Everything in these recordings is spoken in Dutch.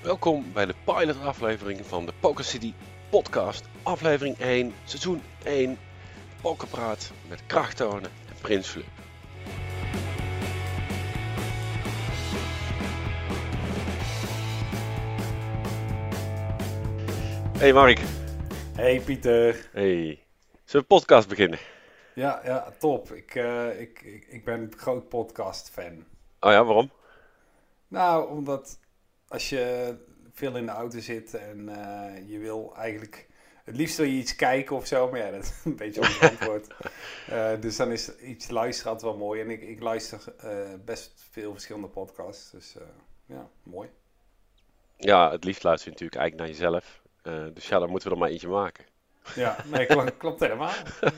Welkom bij de pilot-aflevering van de Poker City podcast. Aflevering 1, seizoen 1, pokerpraat met Krachttonen en Prins Flip. Hey Mark. Hey Pieter. Hey. Zullen we een podcast beginnen? Ja, top. Ik ben een groot podcast-fan. Oh ja, waarom? Nou, omdat als je veel in de auto zit en je wil eigenlijk... Het liefst wil je iets kijken of zo, maar ja, dat is een beetje onverantwoord. Dus dan is iets luisteren altijd wel mooi. En ik luister best veel verschillende podcasts, dus ja, mooi. Ja, het liefst luister je natuurlijk eigenlijk naar jezelf. Dus ja, dan moeten we er maar eentje maken. Ja, nee, klopt helemaal.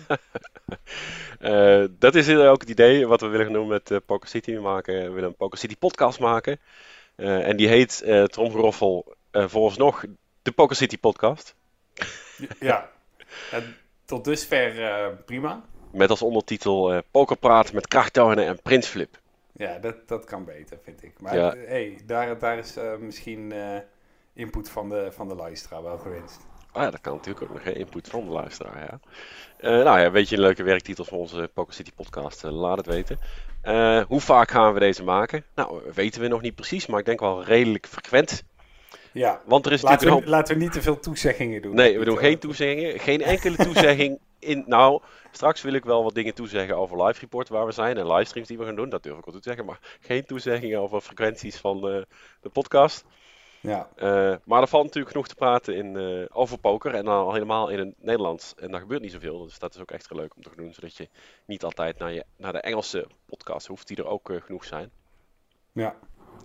Dat is ook het idee wat we willen gaan doen met Poker City. We willen een Poker City podcast maken. En die heet tromgeroffel vooralsnog de Poker City podcast. Ja, tot dusver prima. Met als ondertitel Pokerpraat met Krachttonen en Prins Flip. Ja, dat kan beter, vind ik. Maar Ja. hey, daar is misschien input van de luisteraar wel gewenst. Ah ja, dat kan natuurlijk ook nog, hè? Input van de luisteraar, ja. Nou ja, weet je een leuke werktitel van onze Poker City podcast? Laat het weten. Hoe vaak gaan we deze maken? Nou, weten we nog niet precies, maar ik denk wel redelijk frequent. Ja, Want er is natuurlijk laten we niet te veel toezeggingen doen. Nee, we doen geen toezeggingen. Geen enkele toezegging in... Nou, straks wil ik wel wat dingen toezeggen over live report waar we zijn en livestreams die we gaan doen. Dat durf ik wel toe te zeggen, maar geen toezeggingen over frequenties van de podcast. Ja, Maar er valt natuurlijk genoeg te praten over poker en dan al helemaal in het Nederlands. En daar gebeurt niet zoveel, dus dat is ook extra leuk om te doen. Zodat je niet altijd naar de Engelse podcast hoeft, die er ook genoeg zijn. ja.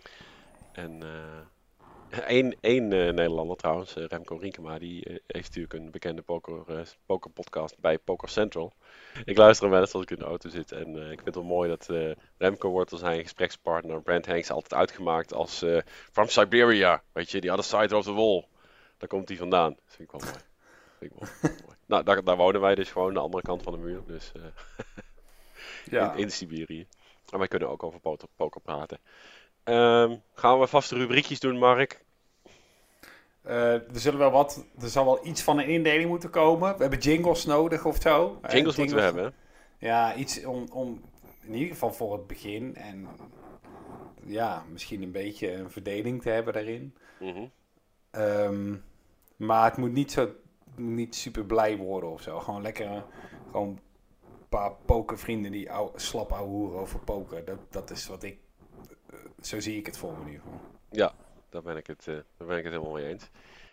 En één Nederlander trouwens, Remco Rinkema, die heeft natuurlijk een bekende pokerpodcast bij Poker Central. Ik luister hem wel eens als ik in de auto zit en ik vind het wel mooi dat Remco wordt door zijn gesprekspartner Brent Hanks altijd uitgemaakt als from Siberia, weet je, the other side of the wall. Daar komt hij vandaan. Dat vind ik wel mooi. Vind ik wel mooi. Nou, daar wonen wij dus gewoon aan de andere kant van de muur, dus Ja. in Siberië. En wij kunnen ook over poker praten. Gaan we vaste rubriekjes doen, Mark? Er zal wel iets van een indeling moeten komen. We hebben jingles nodig of zo. Jingles moeten we hebben, hè? Ja, iets om in ieder geval voor het begin. En ja, misschien een beetje een verdeling te hebben daarin. Mhm. Maar het moet niet super blij worden of zo. Gewoon lekker, gewoon een paar pokervrienden die slap ouwe hoeren over poker. Dat is wat ik, zo zie ik het voor me in ieder geval. Ja, daar ben ik het helemaal mee eens.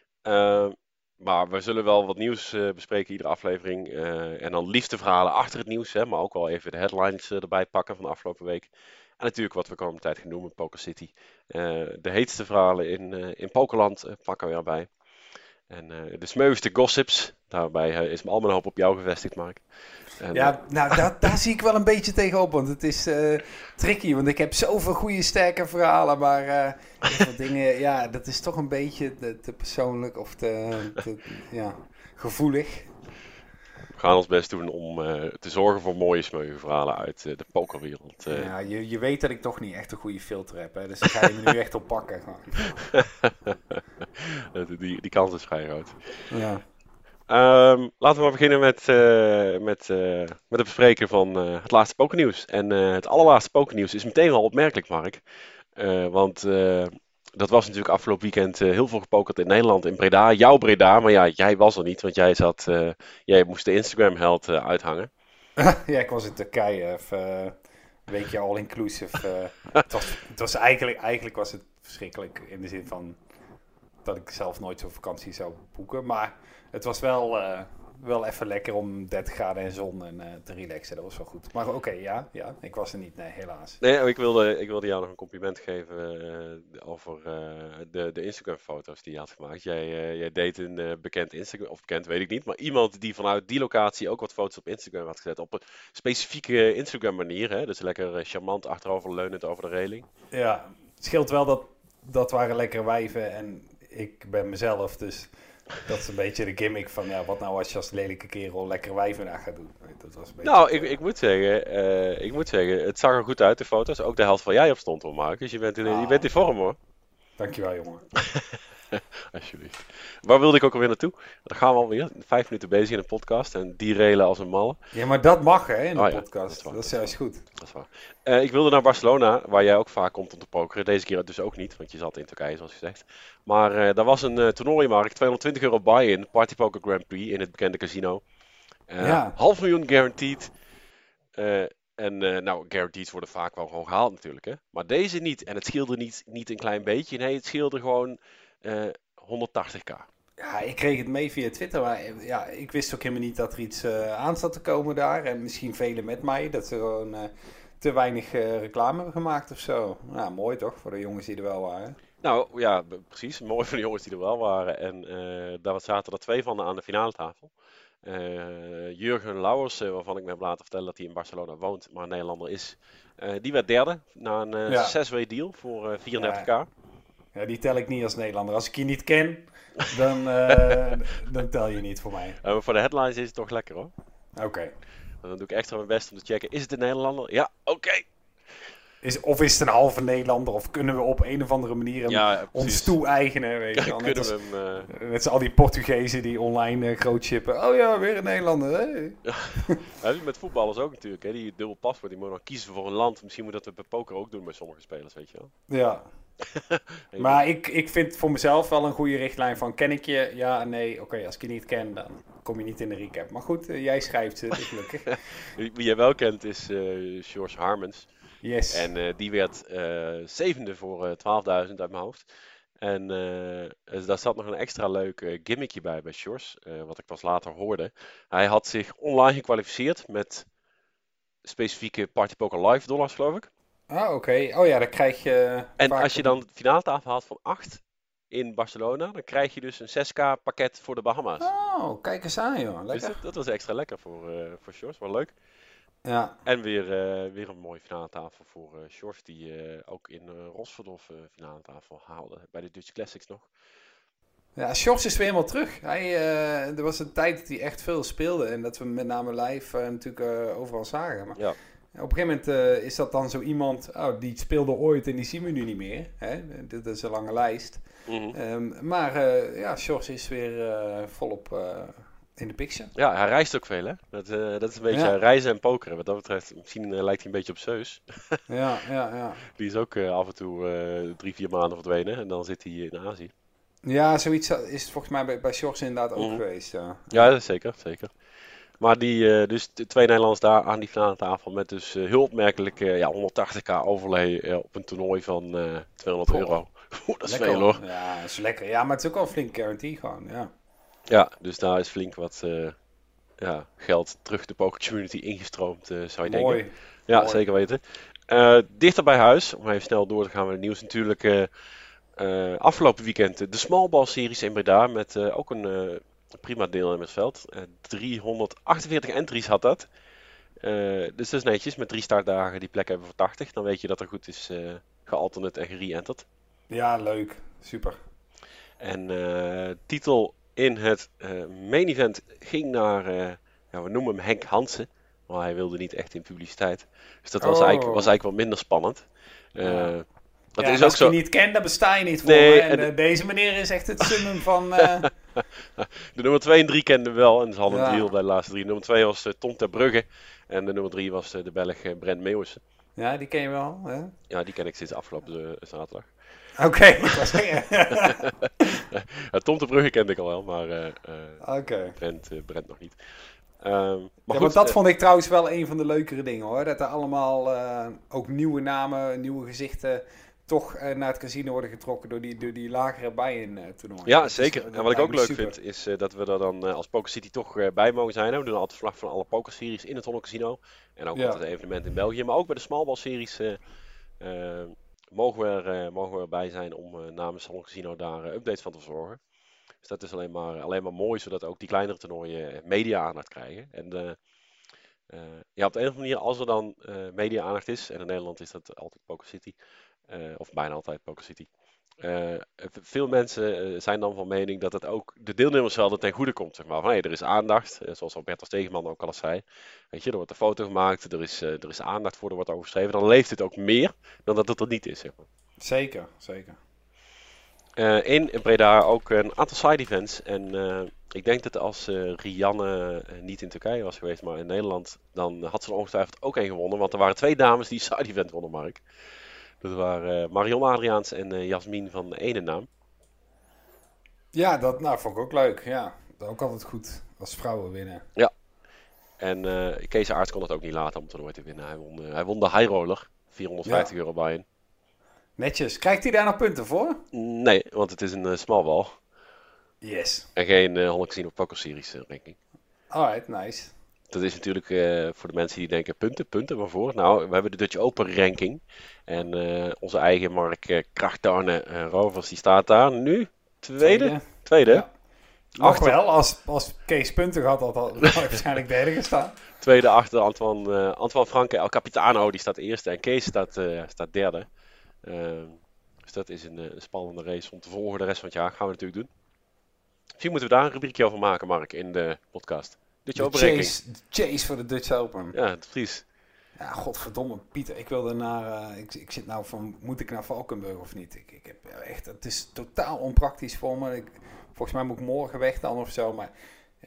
Maar we zullen wel wat nieuws bespreken iedere aflevering. En dan liefdeverhalen achter het nieuws, hè, maar ook wel even de headlines erbij pakken van de afgelopen week. En natuurlijk wat we komende tijd gaan doen met Poker City. De heetste verhalen in Pokerland pakken we erbij. En de smeuigste gossips. Daarbij is al mijn hoop op jou gevestigd, Mark. En, Ja, nou daar zie ik wel een beetje tegenop, want het is tricky. Want ik heb zoveel goede, sterke verhalen, maar heel veel dingen, ja, dat is toch een beetje te persoonlijk of ja, gevoelig. we gaan ons best doen om te zorgen voor mooie smeuïge verhalen uit de pokerwereld. Ja, je weet dat ik toch niet echt een goede filter heb, hè, dus daar ga je me nu echt op pakken. Die kans is vrij groot. Ja. Laten we maar beginnen met het bespreken van het laatste pokernieuws. En het allerlaatste pokernieuws is meteen al opmerkelijk, Mark. Want dat was natuurlijk afgelopen weekend heel veel gepokerd in Nederland, in Breda. Jouw Breda, maar ja, jij was er niet, want jij moest de Instagram-held uithangen. Ja, ik was in Turkije, een weekje all-inclusive. Het was eigenlijk was het verschrikkelijk in de zin van dat ik zelf nooit zo'n vakantie zou boeken. Maar het was wel even lekker om 30 graden en zon en te relaxen. Dat was wel goed. Maar oké, ja, ik was er niet, nee, helaas. Nee, ik wilde jou nog een compliment geven over de Instagram-foto's die je had gemaakt. Jij deed een bekend Instagram, of bekend weet ik niet, maar iemand die vanuit die locatie ook wat foto's op Instagram had gezet. Op een specifieke Instagram-manier, hè? Dus lekker charmant achteroverleunend over de reling. Ja, het scheelt wel dat waren lekkere wijven en ik ben mezelf, dus dat is een beetje de gimmick van, ja, wat nou als je als lelijke kerel lekkere wijven aan gaat doen. Dat was een beetje Nou, ik moet zeggen, het zag er goed uit, de foto's. Ook de helft waar jij op stond, hoor, Marcus. Je bent in vorm, hoor. Dankjewel, jongen. Alsjeblieft. Waar wilde ik ook alweer naartoe? Dan gaan we alweer 5 minuten bezig in een podcast en die railen als een malle. Ja, maar dat mag hè, in de Oh ja, dat is podcast. waar, Dat is juist goed. Dat is waar. Ik wilde naar Barcelona, waar jij ook vaak komt om te pokeren. Deze keer dus ook niet, want je zat in Turkije, zoals gezegd. Maar daar was een toernooimarkt, €220 buy-in, Party Poker Grand Prix in het bekende casino. Ja. $500,000 guaranteed. Nou, guarantees worden vaak wel gewoon gehaald natuurlijk, hè. Maar deze niet. En het scheelde niet een klein beetje. Nee, het scheelde gewoon 180k. Ja, ik kreeg het mee via Twitter, maar ja, ik wist ook helemaal niet dat er iets aan zat te komen daar. En misschien velen met mij, dat ze gewoon te weinig reclame hebben gemaakt of zo. Nou, mooi toch, voor de jongens die er wel waren. Nou ja, precies. Mooi voor de jongens die er wel waren. En daar zaten er 2 van aan de finale tafel. Jurgen Lauwers, waarvan ik me heb laten vertellen dat hij in Barcelona woont, maar een Nederlander is. Die werd derde na een Ja. 6-way deal voor 34k. Ja, die tel ik niet als Nederlander. Als ik je niet ken, dan, dan tel je niet voor mij. Maar voor de headlines is het toch lekker hoor. Oké. Dan doe ik extra mijn best om te checken. Is het een Nederlander? Ja, oké. Of is het een halve Nederlander? Of kunnen we op een of andere manier hem Ja, ons precies. toe-eigenen? Weet je wel? Net Kunnen als, we hem... net als al die Portugezen die online groot shippen. Oh ja, weer een Nederlander. Hey. Ja, met voetballers ook natuurlijk. Hè? Die dubbel paspoort, die moeten dan kiezen voor een land. Misschien moet dat we bij poker ook doen bij sommige spelers, weet je wel. Ja. Maar ik vind voor mezelf wel een goede richtlijn van ken ik je? Ja en nee. Oké, als ik je niet ken, dan kom je niet in de recap. Maar goed, jij schrijft ze, dus gelukkig. Wie jij wel kent is George Harmens. Yes. En die werd zevende voor 12.000 uit mijn hoofd. En dus daar zat nog een extra leuk gimmickje bij George, wat ik pas later hoorde. Hij had zich online gekwalificeerd met specifieke Party Poker Live dollars, geloof ik. Ah, oké. Oh ja, dan krijg je En vaak als je dan de finale tafel haalt van 8 in Barcelona, dan krijg je dus een 6k pakket voor de Bahama's. Oh, kijk eens aan joh. Dus Lekker. dat was extra lekker voor George, wel leuk. Ja. En weer een mooie finale tafel voor George, die ook in Rosverdorf finale tafel haalde, bij de Dutch Classics nog. Ja, Sjors is weer helemaal terug. Er was een tijd dat hij echt veel speelde. En dat we hem met name live natuurlijk overal zagen. Maar Ja. op een gegeven moment is dat dan zo iemand... Oh, die speelde ooit en die zien we nu niet meer. Hè? Dat is een lange lijst. Maar ja, Sjors is weer volop in de picture. Ja, hij reist ook veel, hè? Dat is een beetje reizen en pokeren. Wat dat betreft, misschien lijkt hij een beetje op Zeus. Ja. Die is ook af en toe 3-4 maanden verdwenen en dan zit hij in Azië. Ja, zoiets is het volgens mij bij Sjors inderdaad ook geweest. Ja. Ja, zeker. Maar dus de 2 Nederlanders daar aan die finale tafel met dus heel opmerkelijk 180k overlay op een toernooi van €200. Dat is Lekker, veel hoor. Ja, dat is lekker. Ja, maar het is ook wel een flink guarantee gewoon, ja. Ja, dus daar is flink wat geld terug de poker community ingestroomd, zou je Mooi. denken. Ja, Mooi. zeker weten. Dichter bij huis, om even snel door te gaan met het nieuws natuurlijk. Afgelopen weekend de Small Ball series in Breda met ook een prima deelnemersveld. 348 entries had dat. Dus dat is netjes, met 3 startdagen die plek hebben voor 80. Dan weet je dat er goed is gealternate en gere-enterd. Ja, leuk. Super. En titel in het main event ging naar, we noemen hem Henk Hansen. Maar hij wilde niet echt in publiciteit. Dus dat was eigenlijk wel minder spannend. Dat is ook als zo. je niet kent, dan besta je niet voor Nee, me. En deze meneer is echt het summum van... De nummer 2 en 3 kenden we wel. En ze hadden een Ja. deal bij de laatste 3. Nummer 2 was Tom ter Brugge. En de nummer 3 was de Belg Brent Meeuwissen. Ja, die ken je wel, hè? Ja, die ken ik sinds afgelopen zaterdag. Oké, ik was zeggen. Tom ter Brugge kende ik al wel, maar Oké. Brent nog niet. Ja, Maar want dat vond ik trouwens wel een van de leukere dingen, hoor. Dat er allemaal ook nieuwe namen, nieuwe gezichten... toch naar het casino worden getrokken door die lagere buy-in toernooien. Ja, Dat is- zeker. dat En wat ik lijkt ook me leuk super. vind, is dat we er dan als Poker City toch bij mogen zijn. Hè. We doen altijd verslag van alle pokerseries in het Holland Casino. En ook Ja. altijd evenementen in België. Maar ook bij de Smallball series mogen we erbij zijn om namens het Holland Casino daar updates van te verzorgen. Dus dat is alleen maar mooi, zodat ook die kleinere toernooien media-aandacht krijgen. En ja, op de een of andere manier, als er dan media-aandacht is, en in Nederland is dat altijd Poker City, of bijna altijd Poker City. Veel mensen zijn dan van mening dat het ook de deelnemersvelden ten goede komt. Zeg maar. Van, hey, er is aandacht, zoals Alberto Stegeman ook al eens zei. Weet je, er wordt een foto gemaakt, er is aandacht voor, er wordt over geschreven. Dan leeft het ook meer dan dat het er niet is. Zeg maar. Zeker, zeker. In Breda ook een aantal side events. En ik denk dat als Rianne niet in Turkije was geweest, maar in Nederland, dan had ze er ongetwijfeld ook een gewonnen. Want er waren 2 dames die side event wonnen, Mark. Dat waren Marion Adriaans en Jasmin van de ene naam. Ja, dat vond ik ook leuk. Ja, dat is ook altijd goed als vrouwen winnen. Ja. En Kees Aerts kon het ook niet laten om het toernooi te winnen. Hij won de high roller. 450 euro bij in. Netjes. Krijgt hij daar nog punten voor? Nee, want het is een small ball. Yes. En geen 100 Casino Poker Series ranking. Alright, nice. Dat is natuurlijk voor de mensen die denken punten, waarvoor? Nou, we hebben de Dutch Open ranking. En onze eigen Mark Krachtdarne Rovers, die staat daar nu tweede. Ja. Nog wel, als Kees punten had, had hij waarschijnlijk derde gestaan. Tweede achter Antoine Franke, El Capitano, die staat eerste. En Kees staat derde. Dus dat is een spannende race om te volgen de rest van het jaar. Gaan we natuurlijk doen. Misschien moeten we daar een rubriekje over maken, Mark, in de podcast. Dutch Open ranking. Chase voor de Dutch Open. Ja, precies. Ja, godverdomme, Pieter. Ik wilde naar... ik zit nou van, moet ik naar Valkenburg of niet? Ik heb echt... Het is totaal onpraktisch voor me. Volgens mij moet ik morgen weg dan of zo, maar...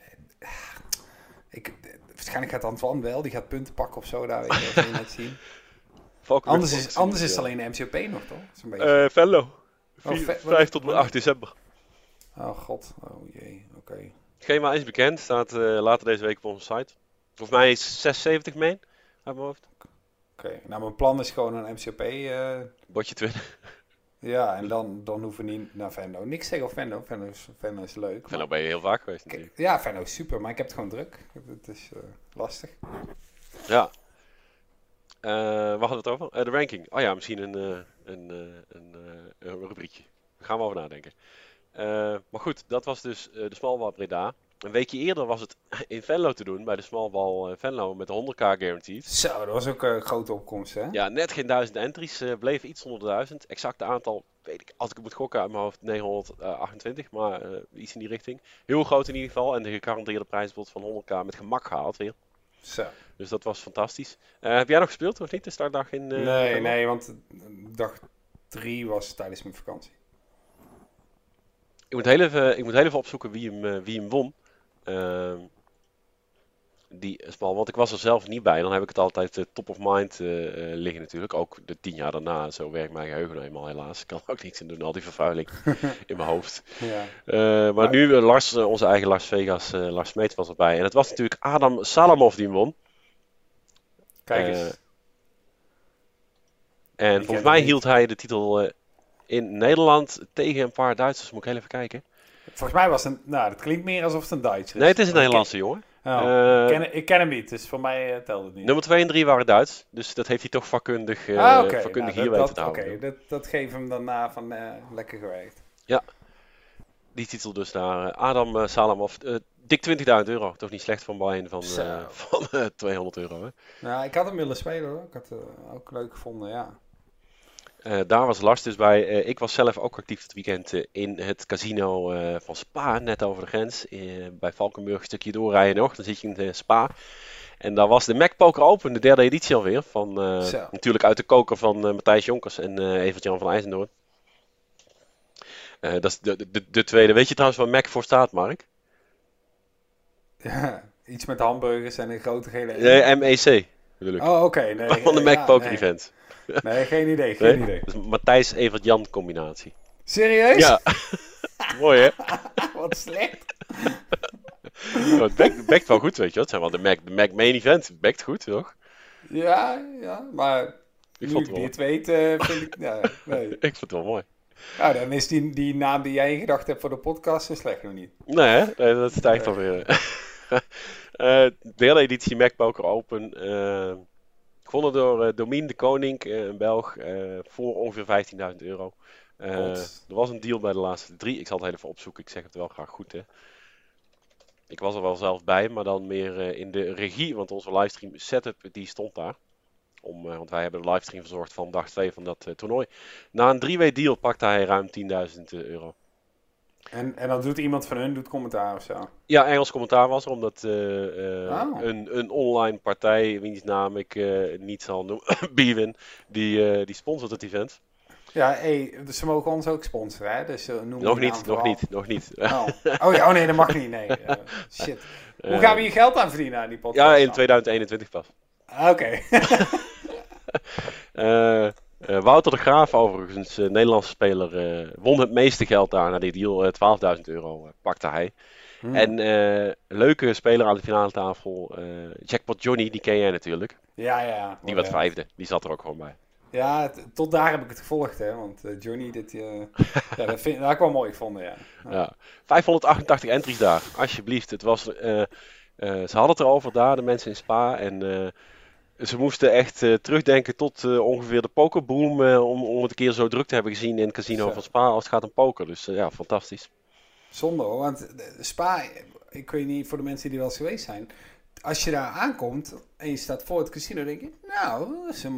waarschijnlijk gaat Antoine wel. Die gaat punten pakken of zo daar. Weet je, als je net zien. Anders is het alleen de MCOP nog, toch? Beetje... Venlo. 5 tot 8 december. Oh god, oh jee, oké. Schema is bekend, staat later deze week op onze site. Volgens mij is 76 meen, uit mijn hoofd. Oké, nou mijn plan is gewoon een MCP... Botje twin. Ja, en dan hoeven we niet naar Venlo. Niks zeggen over Venlo, Venlo is leuk. Venlo ben je heel vaak geweest natuurlijk. Ja, Venlo is super, maar ik heb het gewoon druk. Het is lastig. Ja. Waar hadden we het over? De ranking. Oh ja, misschien een rubriekje. Daar gaan we over nadenken. Maar goed, dat was dus de Small Ball Breda. Een weekje eerder was het in Venlo te doen, bij de Small Ball Venlo met de 100k guaranteed. Zo, dat was ook een grote opkomst, hè? Ja, net geen 1000 entries, bleef iets onder de 1000. Exacte aantal, weet ik, als ik het moet gokken uit mijn hoofd, 928, maar iets in die richting. Heel groot in ieder geval en de gegarandeerde prijsbod van 100k met gemak gehaald weer. Zo. Dus dat was fantastisch. Heb jij nog gespeeld of niet, de startdag in Nee, want dag 3 was tijdens mijn vakantie. Ik moet heel even opzoeken wie hem won. Die Small, want ik was er zelf niet bij. Dan heb ik het altijd top of mind liggen natuurlijk. Ook de 10 jaar daarna. Zo werkt mijn geheugen nou eenmaal helaas. Ik kan er ook niks in doen. Al die vervuiling in mijn hoofd. Ja. Maar nu Lars, onze eigen Las Vegas, Lars Smeets was erbij. En het was natuurlijk Adam Salamov die hem won. Kijk eens. En volgens mij hield hij de titel in Nederland tegen een paar Duitsers. Moet ik heel even kijken. Volgens mij was het dat klinkt meer alsof het een Duits is. Nee, het is een Nederlandse jongen. Ik ken hem niet, dus voor mij telt het niet. Nummer 2 en 3 waren Duits, dus dat heeft hij toch vakkundig hier weten te houden. Oké, dat geeft hem dan na van lekker gewerkt. Ja, die titel dus daar. Adam Salamov, dik €20.000. Toch niet slecht van Bayern van €200. Hè? Ja, ik had hem willen spelen hoor. Ik had het ook leuk gevonden, ja. Daar was Lars dus bij. Ik was zelf ook actief het weekend in het casino van Spa, net over de grens. Bij Valkenburg een stukje doorrijden nog, dan zit je in Spa. En daar was de Mac Poker Open, de derde editie alweer. Van, natuurlijk uit de koker van Matthijs Jonkers en Evert-Jan van IJzendoorn. Dat is de tweede. Weet je trouwens waar Mac voor staat, Mark? Ja, iets met hamburgers en een grote gele... Nee, MEC bedoel ik. Oh, oké. Nee, van de Mac Poker Event. Nee, geen idee. Dus Matthijs Evert-Jan combinatie. Serieus? Ja. Mooi hè? Wat slecht. Het bekt wel goed, weet je. Dat zijn wel de Mac Main Event. Het bekt goed, toch? Ja, maar ik nu ik dit weet, vind ik... nee. Ik vond het wel mooi. Ja, dan is die naam die jij in gedachten hebt voor de podcast zo slecht nog niet. Nee, dat stijgt dan weer. De hele editie Mac Poker Open. Gewonnen door Domien de Koning, een Belg, voor ongeveer €15.000. Er was een deal bij de laatste 3. Ik zal het heel even opzoeken. Ik zeg het wel graag goed, hè. Ik was er wel zelf bij, maar dan meer in de regie. Want onze livestream setup, die stond daar. Want wij hebben de livestream verzorgd van dag 2 van dat toernooi. Na een 3-way deal pakte hij ruim €10.000. En dan doet iemand van hun commentaar of zo? Ja, Engels commentaar was er, omdat een online partij, wiens naam ik niet zal noemen, Bwin, die sponsort het event. Ja, dus ze mogen ons ook sponsoren, hè? Dus noem Nog die naam nog niet. vooral. Oh ja, nee, dat mag niet, nee. Shit. Hoe gaan we hier geld aan verdienen aan die podcast? Ja, in 2021 pas. Oké. Wouter de Graaf overigens, Nederlandse speler, won het meeste geld daar na die deal. €12.000 pakte hij. En leuke speler aan de finale tafel, Jackpot Johnny, die ken jij natuurlijk. Ja. Die werd vijfde, die zat er ook gewoon bij. Ja, tot daar heb ik het gevolgd, hè. Want Johnny, dat heb ik wel mooi gevonden, Ja. 588 entries daar, alsjeblieft. Het was, ze hadden het erover daar, de mensen in Spa. En ze moesten echt terugdenken tot ongeveer de pokerboom. Om het een keer zo druk te hebben gezien in het casino van Spa als het gaat om poker. Dus ja, fantastisch. Zonde hoor, want Spa, ik weet niet voor de mensen die wel eens geweest zijn. Als je daar aankomt en je staat voor het casino, denk je, nou, dat is een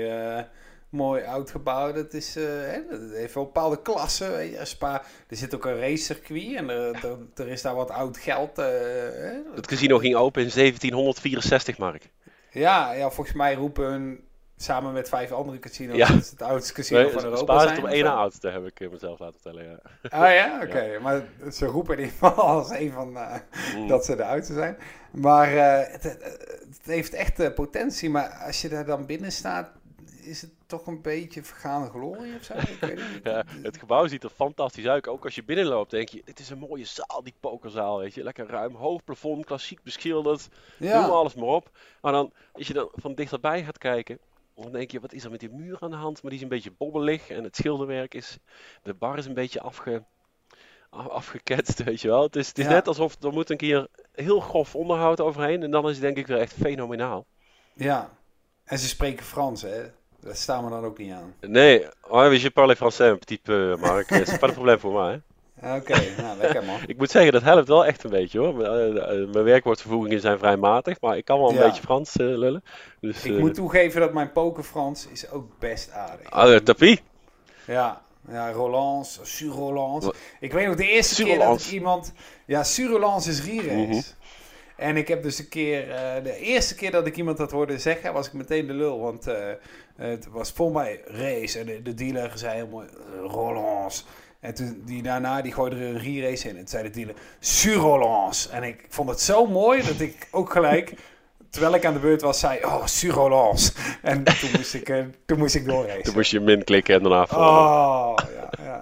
mooi oud gebouw. Dat heeft wel bepaalde klassen. Weet je. Spa, er zit ook een racecircuit en er is daar wat oud geld. Het casino ging open in 1764, Mark. Ja, volgens mij roepen hun samen met 5 andere casinos. Ja. Dat is het oudste casino van Europa. Spa is het op één na oudste, heb ik mezelf laten vertellen. Ja. Ah ja, oké. Maar ze roepen in ieder geval als een van dat ze de oudste zijn. Maar het heeft echt potentie. Maar als je daar dan binnen staat, is het toch een beetje vergane glorie of zo? Ik weet het niet. Ja, het gebouw ziet er fantastisch uit. Ook als je binnenloopt, denk je, dit is een mooie zaal, die pokerzaal, weet je. Lekker ruim, hoog plafond, klassiek beschilderd. Ja. Noem alles maar op. Maar dan, als je dan van dichterbij gaat kijken, dan denk je, wat is er met die muur aan de hand? Maar die is een beetje bobbelig en het schilderwerk is, de bar is een beetje afgeketst, weet je wel. Het is net alsof er moet een keer heel grof onderhoud overheen en dan is het denk ik weer echt fenomenaal. Ja, en ze spreken Frans, hè? Dat staan we dan ook niet aan. Nee, je parle français un petit peu, Mark. C'est pas een probleem voor mij, hè. Oké, nou lekker man. Ik moet zeggen, dat helpt wel echt een beetje hoor. Mijn werkwoordvervoegingen zijn vrij matig, maar ik kan wel een beetje Frans lullen. Dus, ik moet toegeven dat mijn pokerfrans is ook best aardig. Tapis? Ja, Rolance, Sur-Rolance. Ik weet nog de eerste keer dat ik iemand... Ja, Sur-Rolance is re-race. En ik heb dus een keer... de eerste keer dat ik iemand dat hoorde zeggen, was ik meteen de lul. Want het was voor mij race. En de dealer zei heel mooi, Rolance. En toen die gooide er een re-race in. En toen zei de dealer, Sur-Rolance. En ik vond het zo mooi dat ik ook gelijk... Terwijl ik aan de beurt was, zei Sur-Rolance. En toen moest ik doorracen. Toen moest je min klikken en daarna volgen. Oh, ja.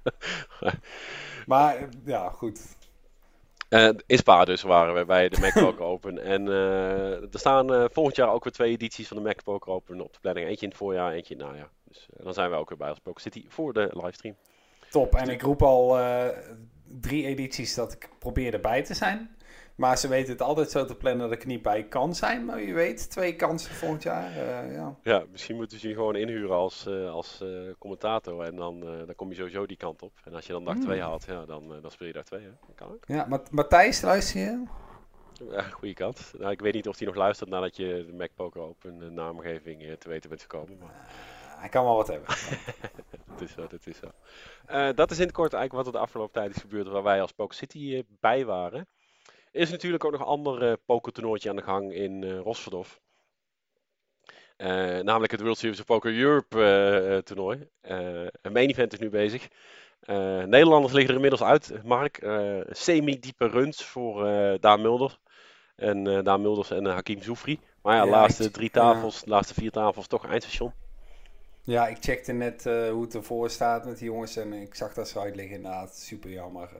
Maar, ja, goed. In Spa dus waren we bij de Mac Poker Open. En er staan volgend jaar ook weer 2 edities van de Mac Poker Open op de planning. Eentje in het voorjaar, eentje in het najaar. Dus dan zijn we ook weer bij als Poker City voor de livestream. Top. En ik roep al 3 edities dat ik probeer erbij te zijn. Maar ze weten het altijd zo te plannen dat ik niet bij kan zijn. Maar wie weet, 2 kansen volgend jaar. Ja, misschien moeten ze je gewoon inhuren als commentator. En dan kom je sowieso die kant op. En als je dan dag 2 haalt, ja, dan speel je dag 2. Hè? Dat kan ook. Ja, Matthijs, luister je? Ja, goede kant. Nou, ik weet niet of hij nog luistert nadat je de Mac Poker Open naamgeving te weten bent gekomen. Maar... hij kan wel wat hebben. Dat is zo. Dat is in het kort eigenlijk wat er de afgelopen tijd is gebeurd waar wij als Poker City bij waren. Er is natuurlijk ook nog een ander pokertoernooitje aan de gang in Rosverdorf. Namelijk het World Series of Poker Europe toernooi. Een main event is nu bezig. Nederlanders liggen er inmiddels uit, Mark. Semi-diepe runs voor Daan Mulders. Daan Mulders en Hakim Zoufri. Maar ja, de laatste 3 tafels, de laatste 4 tafels toch eindstation. Ja, ik checkte net hoe het ervoor staat met die jongens en ik zag dat ze uit liggen inderdaad. Super jammer.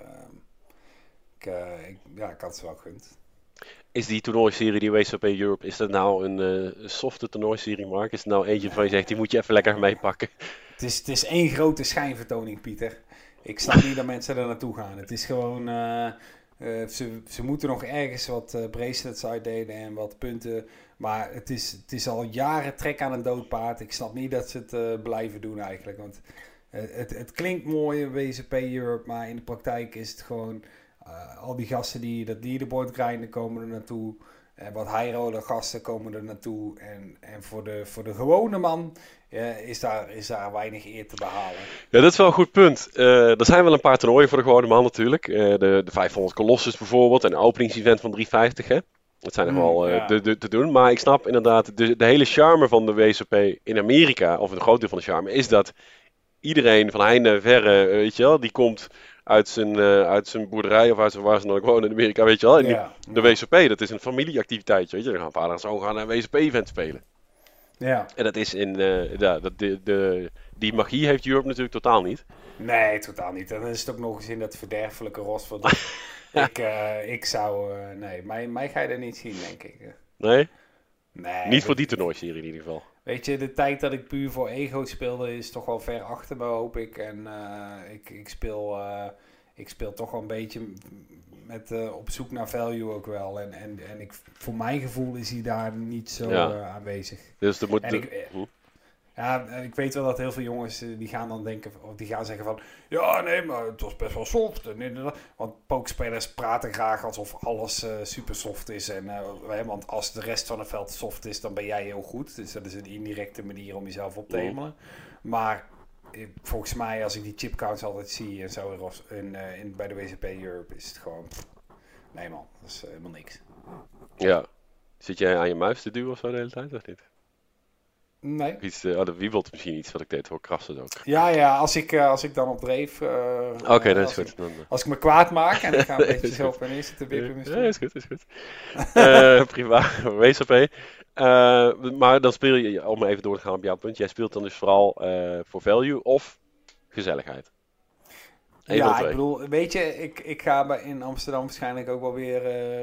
Ik had ze wel gegund. Is die toernooiserie, die WSOP Europe, is dat nou een softe toernooiserie, Mark? Is het nou eentje van je zegt, die moet je even lekker meepakken? Het is één grote schijnvertoning, Pieter. Ik snap niet dat mensen er naartoe gaan. Het is gewoon... ze moeten nog ergens wat bracelets uitdelen en wat punten. Maar het is al jaren trek aan een dood paard. Ik snap niet dat ze het blijven doen eigenlijk. Want het klinkt mooi, WSOP Europe, maar in de praktijk is het gewoon... al die gasten die dat leaderboard grinden komen er naartoe. Wat high-roller gasten komen er naartoe. En voor de gewone man is daar weinig eer te behalen. Ja, dat is wel een goed punt. Er zijn wel een paar toernooien voor de gewone man natuurlijk. De 500 Colossus bijvoorbeeld. En een openingsevent van 350. Hè? Dat zijn nog wel te doen. Maar ik snap inderdaad, de hele charme van de WSOP in Amerika, of een groot deel van de charme, is dat iedereen van heinde en verre, weet je wel, die komt uit zijn boerderij of uit zijn waar ze dan ook wonen in Amerika, weet je wel. En Ja, de ja, WSOP, dat is een familieactiviteit, weet je. Dan gaan vader en zoon gaan naar een WSOP-event spelen. ja. En dat is die magie heeft Europe natuurlijk totaal niet. Nee, totaal niet. En dan is het ook nog eens in dat verderfelijke roster. Ik zou... nee, mij ga je er niet zien, denk ik. Nee? Nee, Niet voor die toernooiserie in ieder geval. weet je, de tijd dat ik puur voor ego speelde is toch wel ver achter me, hoop ik. En ik speel toch wel een beetje met op zoek naar value ook wel. En voor mijn gevoel is hij daar niet zo aanwezig. Dus er moet... En ja, ik weet wel dat heel veel jongens die gaan dan denken, of die gaan zeggen van, ja nee, maar het was best wel soft. Want pokerspelers praten graag alsof alles super soft is. Want als de rest van het veld soft is, dan ben jij heel goed. Dus dat is een indirecte manier om jezelf op te hemelen. Maar volgens mij, als ik die chipcounts altijd zie en zo bij de WCP Europe, is het gewoon, nee man, dat is helemaal niks. Ja. Zit jij aan je muis te duwen of zo de hele tijd, of niet? Nee. Er wiebelt misschien iets wat ik deed hoor krassen ook. Ja, als ik dan op dreef... Oké, dat is goed. Als ik me kwaad maak en ik ga een beetje Is zo goed. op en neer zitten wippen. Ja, is goed. Prima, WSOP. Maar dan speel je, om even door te gaan op jouw punt, jij speelt dan dus vooral voor value of gezelligheid? Eén van de Ja, ik twee. bedoel, weet je, ik ga in Amsterdam waarschijnlijk ook wel weer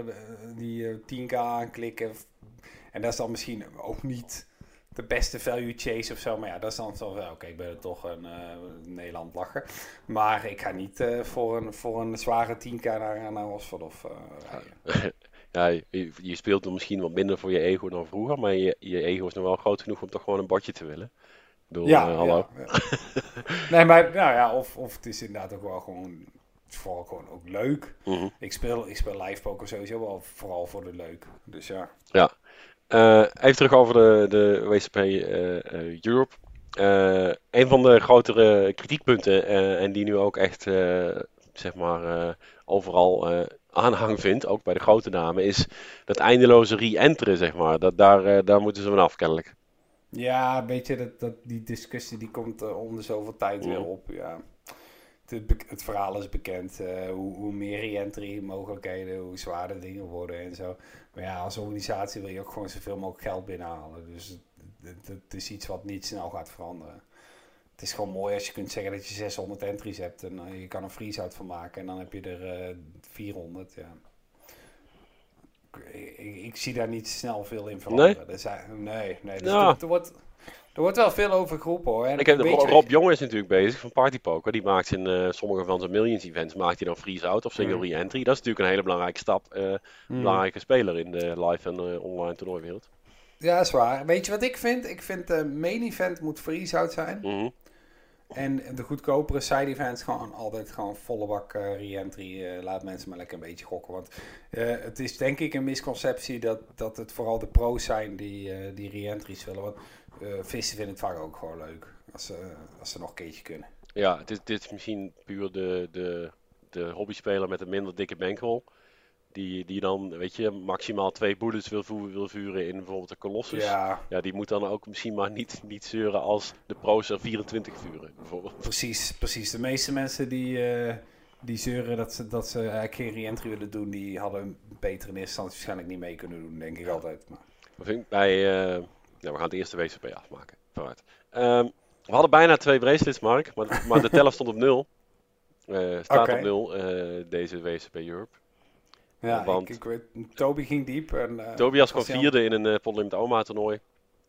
die 10k aanklikken. En dat is dan misschien ook niet de beste value chase of zo. Maar ja, dat is dan zo wel, oké, ik ben er toch een Nederland lachen. Maar ik ga niet voor een zware 10k naar Oxford of rijden. Ja, je speelt dan misschien wat minder voor je ego dan vroeger, maar je ego is nog wel groot genoeg om toch gewoon een bordje te willen. Ik bedoel, hallo. Ja. Nee, maar nou ja, of het is inderdaad ook wel gewoon, het is vooral gewoon ook leuk. Mhm. Ik speel live poker sowieso wel vooral voor de leuk. Dus ja. Ja. Even terug over de WCP Europe. Een van de grotere kritiekpunten, en die nu ook echt zeg maar overal aanhang vindt, ook bij de grote namen, is dat eindeloze re-enteren, zeg maar. Daar moeten ze vanaf, kennelijk. Ja, weet je, die discussie die komt om de zoveel tijd weer op. Ja. Het verhaal is bekend. Hoe meer re-entry mogelijkheden, hoe zwaarder dingen worden en zo. Maar ja, als organisatie wil je ook gewoon zoveel mogelijk geld binnenhalen. Dus het is iets wat niet snel gaat veranderen. Het is gewoon mooi als je kunt zeggen dat je 600 entries hebt en je kan een freeze-out van maken en dan heb je er 400. Ja. Ik zie daar niet snel veel in veranderen. Nee. Dus Ja. er wordt wel veel over geroepen hoor. En Rob Jong is natuurlijk bezig van Party Poker. Die maakt in sommige van zijn Millions events maakt hij dan freeze-out of single re-entry. Dat is natuurlijk een hele belangrijke stap. Belangrijke speler in de live en online toernooiwereld. Ja, is waar. Weet je wat ik vind? Ik vind de main event moet freeze-out zijn. Mhm. En de goedkopere side events gewoon altijd gewoon volle bak re-entry. Laat mensen maar lekker een beetje gokken. Want het is denk ik een misconceptie dat het vooral de pro's zijn die re-entries willen. Want vissen vinden het vaak ook gewoon leuk. Als ze nog een keertje kunnen. Ja, dit is misschien puur de hobbyspeler met een minder dikke bankroll. Die dan, weet je, maximaal 2 bullets wil vuren in bijvoorbeeld de Colossus. Ja, Ja, die moet dan ook misschien maar niet zeuren als de pro's er 24 vuren, bijvoorbeeld. precies. De meeste mensen die zeuren dat ze eigenlijk geen re-entry willen doen, die hadden beter in eerste instantie waarschijnlijk niet mee kunnen doen, denk ik altijd. Maar... We gaan het eerste WCP afmaken. Vooruit. We hadden bijna 2 bracelets, Mark, maar de teller stond op 0. Staat op 0, deze WCP Europe. Ja, Want ik weet, Toby ging diep. Tobias kwam 4e in een Potlimit Oma toernooi.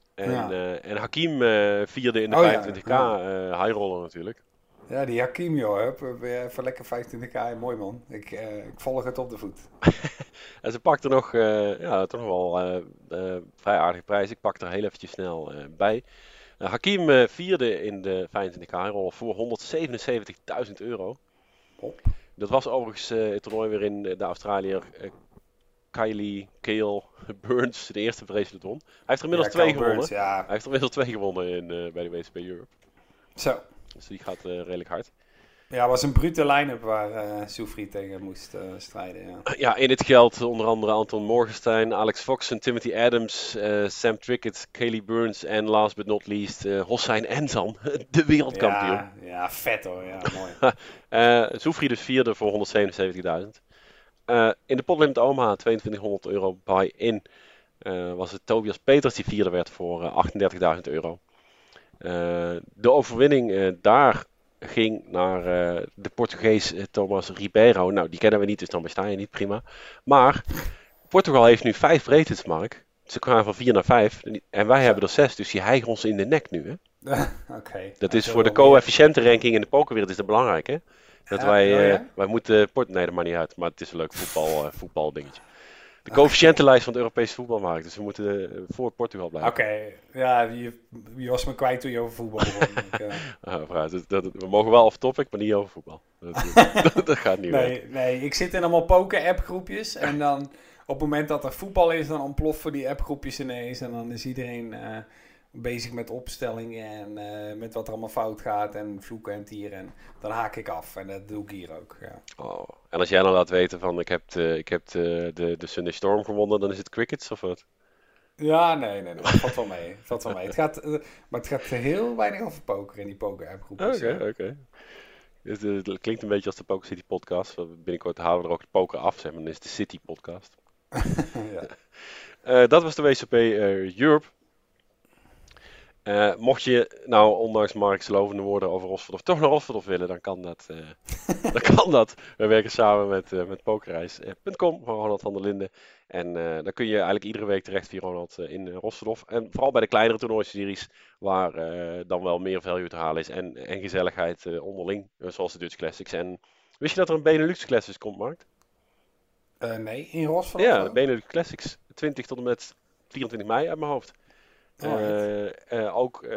En Hakim 4e in de 25k high roller natuurlijk. Ja, die Hakim joh, weer even lekker 25k, mooi man. Ik volg het op de voet. En ze pakte nog, toch nog wel vrij aardige prijs. Ik pak er heel eventjes snel bij. Hakim 4e in de 25k high roller voor €177.000. Op. Dat was overigens het toernooi waarin de Australiër Kylie Cale Burns de eerste bracelet won. Hij heeft er inmiddels 2 gewonnen. Burns, ja. Hij heeft er inmiddels 2 gewonnen bij de WCP Europe. Zo. Dus die gaat redelijk hard. Ja, het was een brute line-up waar Soufri tegen moest strijden. Ja. Ja, in het geld onder andere Anton Morgenstein, Alex Foxen, Timothy Adams, Sam Trickett, Kaylee Burns en last but not least Hossein Enzan, de wereldkampioen. Ja, vet hoor. Ja, mooi. Zoufri dus vierde voor 177.000. In de Potlimit Omaha 2200 euro buy-in. Was het Tobias Peters die vierde werd voor 38.000 euro. De overwinning daar ging naar de Portugees Thomas Ribeiro. Nou, die kennen we niet, dus dan besta je niet, prima. Maar Portugal heeft nu 5 ratings, Mark. Ze gaan van 4 naar 5. En wij hebben er 6, dus die hijgen ons in de nek nu. Hè? Oké. Dat is voor de coëfficiëntenranking in de pokerwereld is dat belangrijk, hè? Dat wij moeten... Nee, dat maakt niet uit, maar het is een leuk voetbaldingetje. De coëfficiëntenlijst van het Europese voetbalmarkt. Dus we moeten voor Portugal blijven. Oké, ja, je was me kwijt toen je over voetbal begon. We mogen wel off topic, maar niet over voetbal. Dat gaat niet werken. Nee, ik zit in allemaal poker-app groepjes. En dan op het moment dat er voetbal is, dan ontploffen die appgroepjes ineens. En dan is iedereen bezig met opstellingen en met wat er allemaal fout gaat. En vloeken en tieren. En dan haak ik af. En dat doe ik hier ook. Ja. Oh. En als jij dan laat weten van ik heb de Sunday Storm gewonnen, dan is het crickets of wat? Ja, nee, dat valt wel mee. Maar het gaat heel weinig over poker in die poker-appgroepjes. Oké. Het klinkt een beetje als de Poker City podcast. Binnenkort halen we er ook de poker af, zeg maar. Dan is het de City podcast. Ja. Dat was de WSOP Europe. Mocht je nou, ondanks Mark's lovende woorden over Rosverdorf, toch naar Rosverdorf willen, dan kan dat. Dan kan dat. We werken samen met pokerreis.com van Ronald van der Linden. En dan kun je eigenlijk iedere week terecht via Ronald in Rosverdorf. En vooral bij de kleinere toernooiseries, waar dan wel meer value te halen is. En gezelligheid onderling, zoals de Dutch Classics. En wist je dat er een Benelux Classics komt, Mark? Nee, in Rosverdorf? Ja, de Benelux Classics. 20 tot en met 24 mei uit mijn hoofd. Ook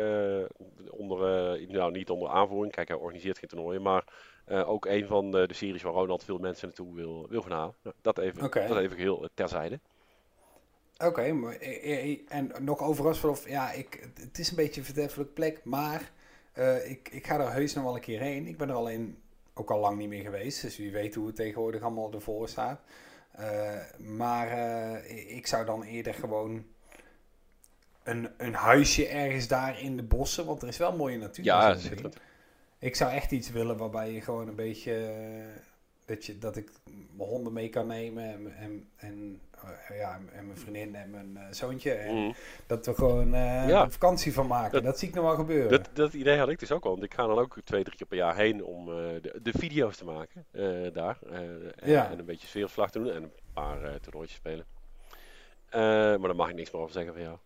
niet onder aanvoering, kijk, hij organiseert geen toernooien, maar ook een van de series waar Ronald veel mensen naartoe wil gaan halen. Nou, dat even geheel terzijde. Oké, en nog over Rosverdorf, ja, het is een beetje een verderfelijke plek, maar ik ga er heus nog wel een keer heen. Ik ben er ook al lang niet meer geweest, dus wie weet hoe het tegenwoordig allemaal ervoor staat. Maar ik zou dan eerder gewoon een huisje ergens daar in de bossen, want er is wel mooie natuur. Ja, zeker. Ik zou echt iets willen waarbij je gewoon een beetje dat ik mijn honden mee kan nemen en mijn vriendin en mijn zoontje. En dat we gewoon een vakantie van maken. Dat zie ik nog wel gebeuren. Dat idee had ik dus ook al. Want ik ga dan ook 2-3 keer per jaar heen om de video's te maken daar. En een beetje sfeerverslag te doen en een paar toernooitjes spelen. Maar daar mag ik niks meer over zeggen van jou.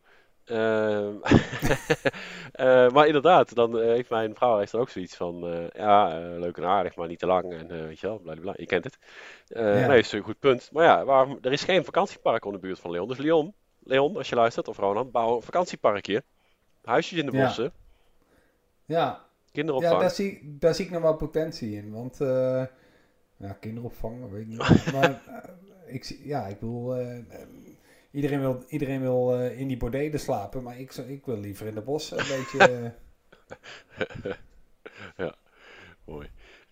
Maar inderdaad, dan heeft mijn vrouw dan ook zoiets van leuk en aardig, maar niet te lang en weet je wel, blablabla, je kent het. Nee, is een goed punt. Maar ja, er is geen vakantiepark in de buurt van Leon. Dus Leon, als je luistert, of Ronald, bouw een vakantieparkje. Huisjes in de bossen. Ja. Kinderopvang. Ja, daar zie ik nog wel potentie in, want kinderopvang, weet ik niet. Maar ik bedoel... Iedereen wil in die bordelen slapen, maar ik wil liever in de bossen een beetje... Ja, mooi.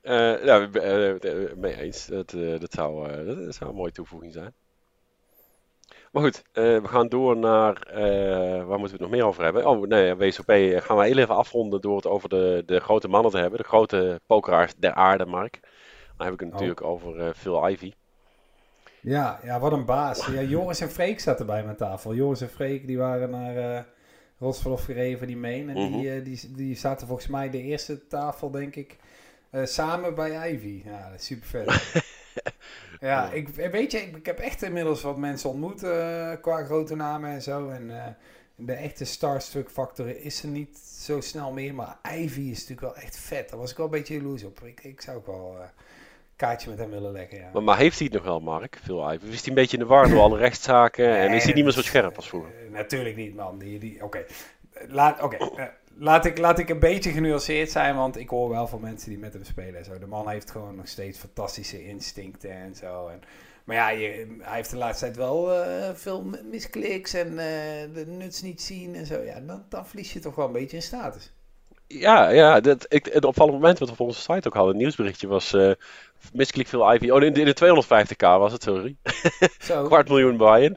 Mee eens. Dat zou een mooie toevoeging zijn. Maar goed, we gaan door naar... waar moeten we het nog meer over hebben? Oh, nee, WSOP gaan we heel even afronden door het over de grote mannen te hebben. De grote pokeraars der aarde, Mark. Dan heb ik het natuurlijk over Phil Ivey. Ja, wat een baas. Ja, Joris en Freek zaten bij mijn tafel. Joris en Freek die waren naar Rosverdorf gereden, die meen. En die zaten volgens mij de eerste tafel, denk ik, samen bij Ivey. Ja, dat is super vet. Ja, ik heb echt inmiddels wat mensen ontmoet qua grote namen en zo. En de echte starstruck factor is er niet zo snel meer. Maar Ivey is natuurlijk wel echt vet. Daar was ik wel een beetje jaloers op. Ik zou ook wel... kaartje met hem willen leggen, ja. Maar heeft hij het nog wel, Mark, Phil Ivey? Is hij een beetje in de war door alle rechtszaken? En is hij niet meer zo scherp als vroeger? Natuurlijk niet, man. Oké. Laat ik een beetje genuanceerd zijn, want ik hoor wel van mensen die met hem spelen en zo. De man heeft gewoon nog steeds fantastische instincten en zo. Maar ja, hij heeft de laatste tijd wel veel miskliks en de nuts niet zien en zo. Ja, dan verlies je toch wel een beetje in status. Ja, het opvallende moment wat we op onze site ook hadden, een nieuwsberichtje was misklik Phil Ivey. Oh, in de 250k was het, sorry. Zo. 250.000 buy-in.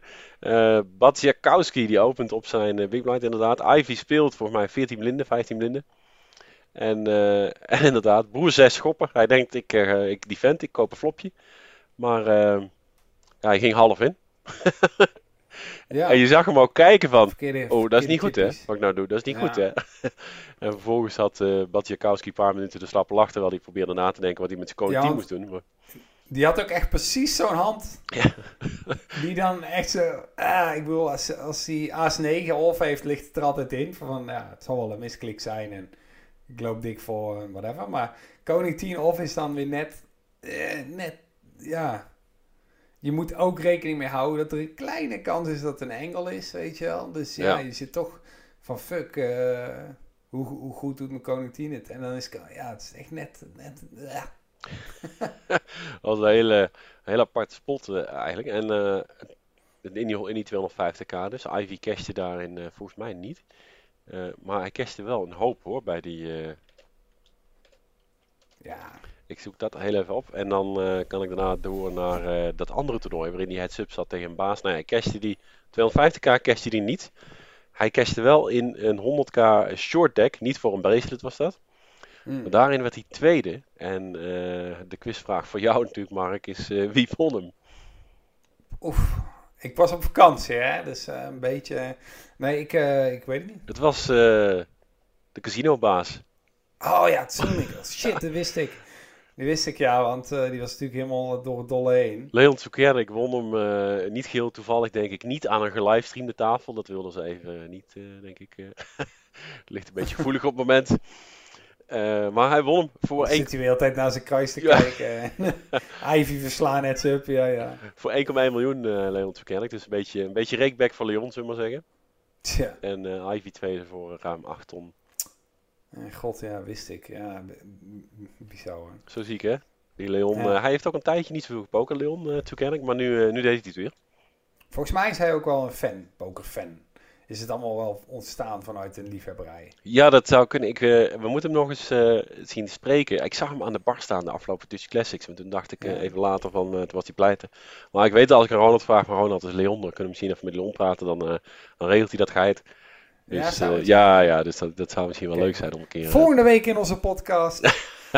Badziakowski die opent op zijn big blind inderdaad. Ivey speelt volgens mij 14 blinden, 15 blinden. En inderdaad, broer 6 schoppen. Hij denkt, ik defend, ik koop een flopje. Maar ja, hij ging half in. En Ja, je zag hem ook kijken van, oh, dat is verkeerde niet goed hè, chippies. wat ik nou doe, dat is niet goed hè. Ja, En vervolgens had Badziakowski een paar minuten de slappe lach, terwijl hij probeerde na te denken wat hij met zijn koning ja, 10 want moest doen. Maar, die had ook echt precies zo'n hand. ja. Die dan echt zo... ik bedoel, als hij Aas 9 of heeft, ligt het er altijd in. Van, ja, het zal wel een misklik zijn en ik loop dik voor en whatever. Maar koning 10 of is dan weer net, ja... Je moet ook rekening mee houden dat er een kleine kans is dat het een engel is, weet je wel. Dus ja, Ja. je zit toch van fuck, hoe goed doet mijn koning 10 het? En dan is het, ja, het is echt net. Dat was een hele aparte spot eigenlijk. En in die 250k dus. Ivy cashte daarin volgens mij niet. Maar hij cashte wel een hoop hoor bij die... Ja, ik zoek dat heel even op. En dan kan ik daarna door naar dat andere toernooi waarin hij heads-up zat tegen een baas. Nou ja, cashte die 250k cashte die niet. Hij cashte wel in een 100k short deck. Niet voor een bracelet was dat. Maar daarin werd hij tweede. En de quizvraag voor jou natuurlijk, Mark, is wie won hem? oef. Ik was op vakantie, hè, dus een beetje... Nee, ik weet het niet. Het was de casinobaas. Oh ja, Tsumik. Shit, dat wist ik. Die wist ik, ja, want die was natuurlijk helemaal door het dolle heen. Leon Tsoukernik won hem niet geheel toevallig, denk ik, niet aan een gelivestreamde tafel. Dat wilden ze even niet, denk ik. Het ligt een beetje gevoelig op het moment. Maar hij won hem voor Dan zit hij weer altijd naar zijn kruis te Ja. kijken. Ivy verslaan, heads up, ja. voor 1,1 miljoen, Leon Tsoukernik. Dus een beetje rakeback voor Leon, zullen we maar zeggen. Tja. En Ivy tweede voor ruim 8 ton. God, ja, wist ik. Ja, bizar hoor. Zo zie ik, hè? Die Leon, Ja. hij heeft ook een tijdje niet zoveel gepoken, Leon Tsoukernik. Maar nu deed hij het weer. Volgens mij is hij ook wel een fan, pokerfan. Is het allemaal wel ontstaan vanuit een liefhebberij? Ja, dat zou kunnen. We moeten hem nog eens zien spreken. Ik zag hem aan de bar staan de afgelopen Dutch Classics. En toen dacht ik Ja. even later van, toen was hij pleiten. Maar ik weet als ik aan Ronald vraag van Ronald is Leon, dan kunnen we misschien even met Leon praten. Dan regelt hij dat geit. Ja, Dus zou het ja, dus dat zou misschien wel Oké. leuk zijn om een keer Volgende week in onze podcast.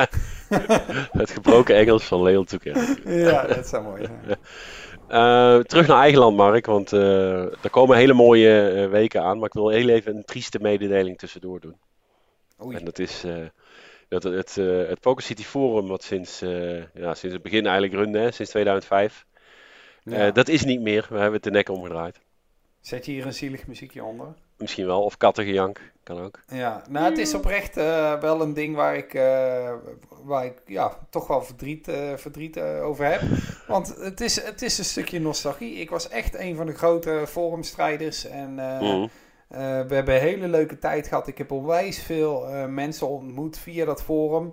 het gebroken Engels van Leon te kennen. Ja, dat zou mooi zijn. Terug naar eigen land, Mark, want er komen hele mooie weken aan. Maar ik wil heel even een trieste mededeling tussendoor doen. Oei. En dat is dat het Poker City Forum, wat sinds het begin eigenlijk runde, hè, sinds 2005. Ja. Dat is niet meer. We hebben het de nek omgedraaid. Zet je hier een zielig muziekje onder? Misschien wel. Of kattengejank. Kan ook. Ja, nou het is oprecht wel een ding waar ik ja, toch wel verdriet over heb. Want het is een stukje nostalgie. Ik was echt een van de grote forumstrijders en Mhm. we hebben een hele leuke tijd gehad. Ik heb onwijs veel mensen ontmoet via dat forum.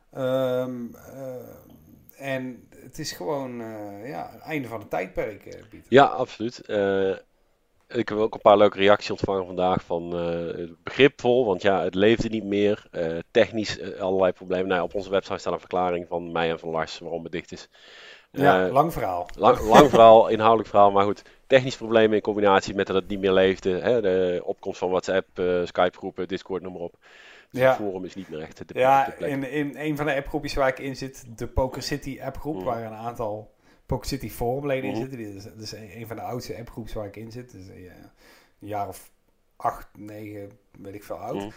En het is gewoon het einde van het tijdperk, Pieter. Ja, absoluut. Ik heb ook een paar leuke reacties ontvangen vandaag van begripvol, want ja, het leefde niet meer. Technisch allerlei problemen. Nou, op onze website staat een verklaring van mij en van Lars waarom het dicht is. Ja, lang verhaal. Lang verhaal, inhoudelijk verhaal, maar goed. Technische problemen in combinatie met dat het niet meer leefde. Hè, de opkomst van WhatsApp, Skype groepen, Discord, noem maar op. Dus Ja. het forum is niet meer echt de Ja, plek. in een van de appgroepjes waar ik in zit, de Poker City appgroep, Mhm. waar een aantal Poker City forumleden Mhm. in zitten. Dat is een van de oudste appgroeps waar ik in zit. Dus een jaar of 8, 9, weet ik veel oud. Mhm.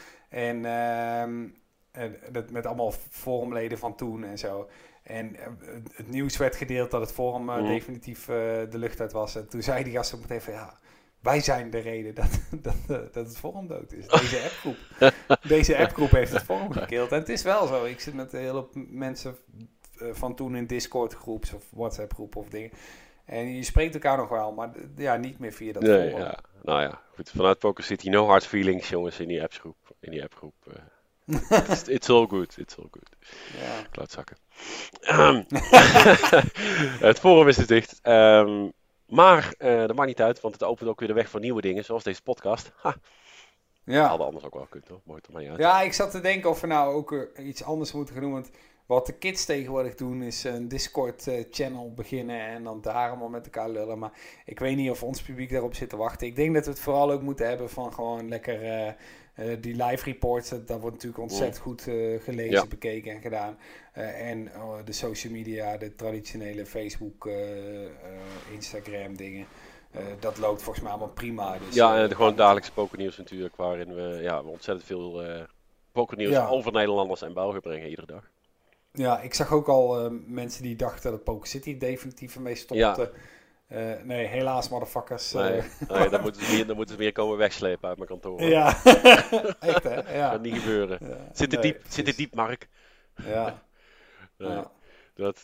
En dat met allemaal forumleden van toen en zo. En het nieuws werd gedeeld dat het forum definitief de lucht uit was. En toen zei die gast ook meteen van ja, wij zijn de reden dat het forum dood is. Deze appgroep. Deze appgroep heeft het forum gekild. En het is wel zo. Ik zit met een hele hoop mensen van toen in Discord groeps of WhatsApp groep of dingen. En je spreekt elkaar nog wel, maar ja, niet meer via dat Nee, forum. ja. Nou ja, goed. Vanuit Poker City, no hard feelings, jongens, in die appgroep. It's all good, it's all good. Ja. Klootzakken. Het forum is dus dicht. Maar dat maakt niet uit, want het opent ook weer de weg voor nieuwe dingen, zoals deze podcast. Ha, Ja. hadden anders ook wel kunnen, hoor. Mooi, het er maar niet uit. Ja, ik zat te denken of we nou ook iets anders moeten gaan doen. Want wat de kids tegenwoordig doen is een Discord-channel beginnen en dan daar allemaal met elkaar lullen. Maar ik weet niet of ons publiek daarop zit te wachten. Ik denk dat we het vooral ook moeten hebben van gewoon lekker die live reports. Dat wordt natuurlijk ontzettend goed gelezen, bekeken en gedaan. En de social media, de traditionele Facebook, Instagram dingen. Dat loopt volgens mij allemaal prima. Dus, en gewoon dagelijkse pokernieuws natuurlijk, waarin we ontzettend veel pokernieuws over Nederlanders en Belgen brengen iedere dag. Ja, ik zag ook al mensen die dachten dat Poker City definitief ermee stopte. Nee, helaas, motherfuckers. Nee, dan moeten ze meer komen wegslepen uit mijn kantoor. Ja, echt hè? Ja. Dat gaat niet gebeuren. Ja. Zit er diep, Mark. Ja. Dat,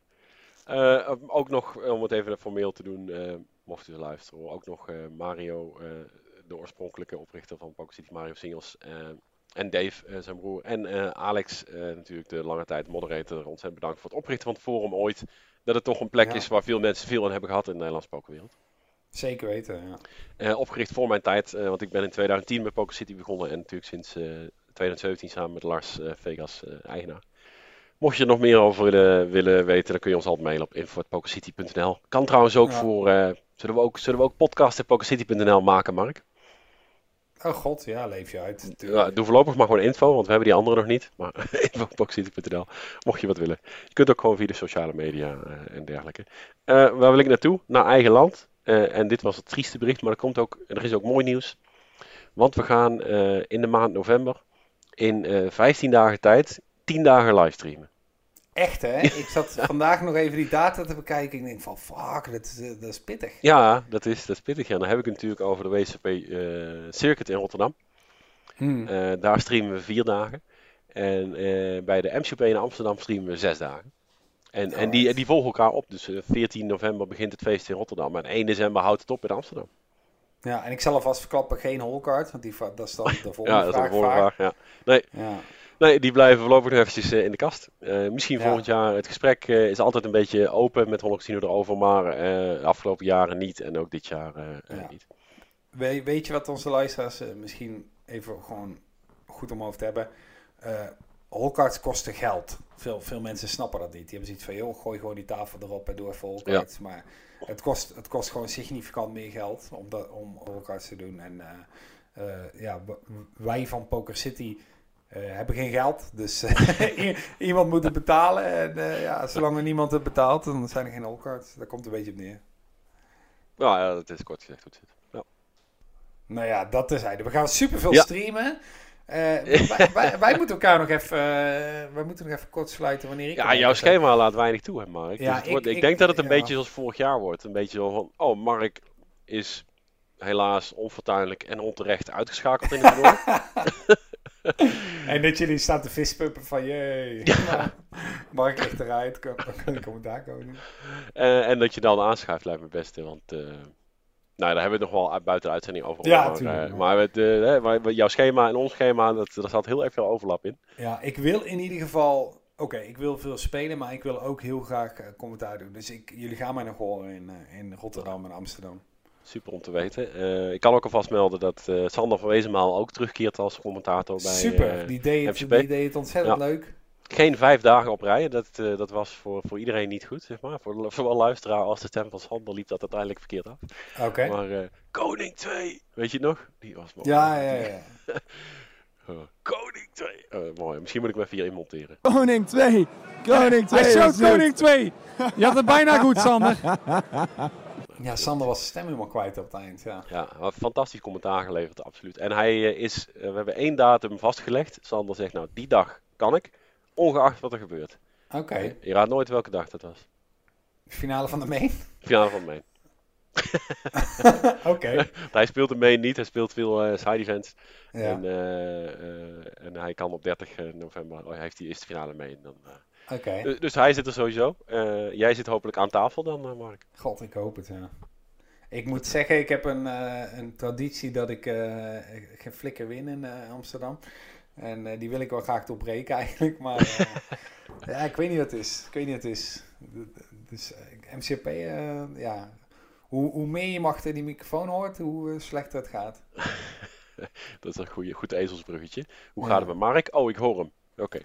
ook nog, om het even formeel te doen, mocht u luisteren, ook nog Mario, de oorspronkelijke oprichter van Poker City, Mario Singels, en Dave, zijn broer, en Alex, natuurlijk de lange tijd moderator, ontzettend bedankt voor het oprichten van het forum ooit. Dat het toch een plek is waar veel mensen veel aan hebben gehad in de Nederlandse pokerwereld. Zeker weten, ja. Opgericht voor mijn tijd, want ik ben in 2010 met Poker City begonnen en natuurlijk sinds 2017 samen met Lars Vegas eigenaar. Mocht je er nog meer over willen weten, dan kun je ons altijd mailen op info@pokercity.nl. Kan trouwens ook voor, zullen we ook podcast@pokercity.nl maken, Mark? Oh god, ja, leef je uit. Ja, doe voorlopig maar gewoon info, want we hebben die andere nog niet. Maar info@pokercity.nl, mocht je wat willen. Je kunt ook gewoon via de sociale media en dergelijke. Waar wil ik naartoe? Naar eigen land. En dit was het trieste bericht, maar er is ook mooi nieuws. Want we gaan in de maand november in 15 dagen tijd 10 dagen livestreamen. Echt hè? Ik zat vandaag nog even die data te bekijken. Ik denk van fuck, dat is pittig. Ja, dat is pittig. Ja. Dan heb ik het natuurlijk over de WCP Circuit in Rotterdam. Daar streamen we 4 dagen. En bij de MCP in Amsterdam streamen we 6 dagen. En die volgen elkaar op. Dus 14 november begint het feest in Rotterdam. En 1 december houdt het op in Amsterdam. Ja, en ik zal alvast verklappen, geen holcard. Want dat is dan de volgende vraag. Ja, dat is de volgende vraag. Ja. Nee. Ja. Nee, die blijven voorlopig nog eventjes in de kast. Misschien volgend jaar. Het gesprek is altijd een beetje open met Holland Casino erover, maar de afgelopen jaren niet en ook dit jaar niet. Weet je wat onze luisteraars misschien even gewoon goed om over te hebben? Holcards kosten geld. Veel mensen snappen dat niet. Die hebben zoiets van, joh, gooi gewoon die tafel erop en doe even holcards. Ja. Maar het kost gewoon significant meer geld om holcards te doen. En wij van Poker City hebben geen geld, dus iemand moet het betalen. En zolang er niemand het betaalt, dan zijn er geen holcards. Daar komt een beetje op neer. Ja, dat is kort gezegd hoe het zit. Ja. Nou ja, dat terzijde. We gaan superveel streamen. Wij moeten elkaar nog even, wij moeten nog even kort sluiten wanneer ik... Ja, jouw schema laat weinig toe, hè, Mark. Ja, dus ik denk dat het een beetje zoals vorig jaar wordt. Een beetje zo van, oh, Mark is helaas onfortuinlijk en onterecht uitgeschakeld in het toernooi. En dat jullie staan te vispumpen van, jee, Mark ligt eruit, kan ik commentaar komen. En dat je dan aanschuift lijkt me het beste, want... daar hebben we het nog wel buiten de uitzending over. Ja, maar jouw schema en ons schema, daar zat heel erg veel overlap in. Ja, ik wil in ieder geval... Oké, ik wil veel spelen, maar ik wil ook heel graag commentaar doen. Dus jullie gaan mij nog horen in Rotterdam en Amsterdam. Super om te weten. Ik kan ook alvast melden dat Sander van Wezenmaal ook terugkeert als commentator bij Super, die deed het ontzettend leuk. Geen 5 dagen op rij, dat was voor iedereen niet goed, zeg maar. Voor zowel luisteraar als de stem van Sander liep dat uiteindelijk verkeerd af. Oké. Maar Koning 2, weet je het nog? Die was mooi. Ja. Koning 2. Mooi, misschien moet ik me even hierin monteren. Koning 2. Koning 2. Hij showt Koning 2. Je had het bijna goed, Sander. Ja, Sander was zijn stem helemaal kwijt op het eind. Ja, fantastisch commentaar geleverd, absoluut. En we hebben 1 datum vastgelegd. Sander zegt, nou, die dag kan ik, ongeacht wat er gebeurt. Oké. Je raadt nooit welke dag dat was. Finale van de main? Finale van de main. Oké. Hij speelt de main niet, hij speelt veel side events. Ja. En hij kan op 30 november, hij heeft die eerste finale main. Oké. Dus hij zit er sowieso. Jij zit hopelijk aan tafel dan, Mark. God, ik hoop het, ja. Ik moet zeggen, ik heb een traditie dat ik geen flikker win in Amsterdam. En die wil ik wel graag doorbreken eigenlijk. Maar ja, ik weet niet wat het is. Dus MCP, ja. Hoe meer je achter die microfoon hoort, hoe slechter het gaat. Dat is een goed ezelsbruggetje. Hoe gaat het met Mark? Oh, ik hoor hem. Oké.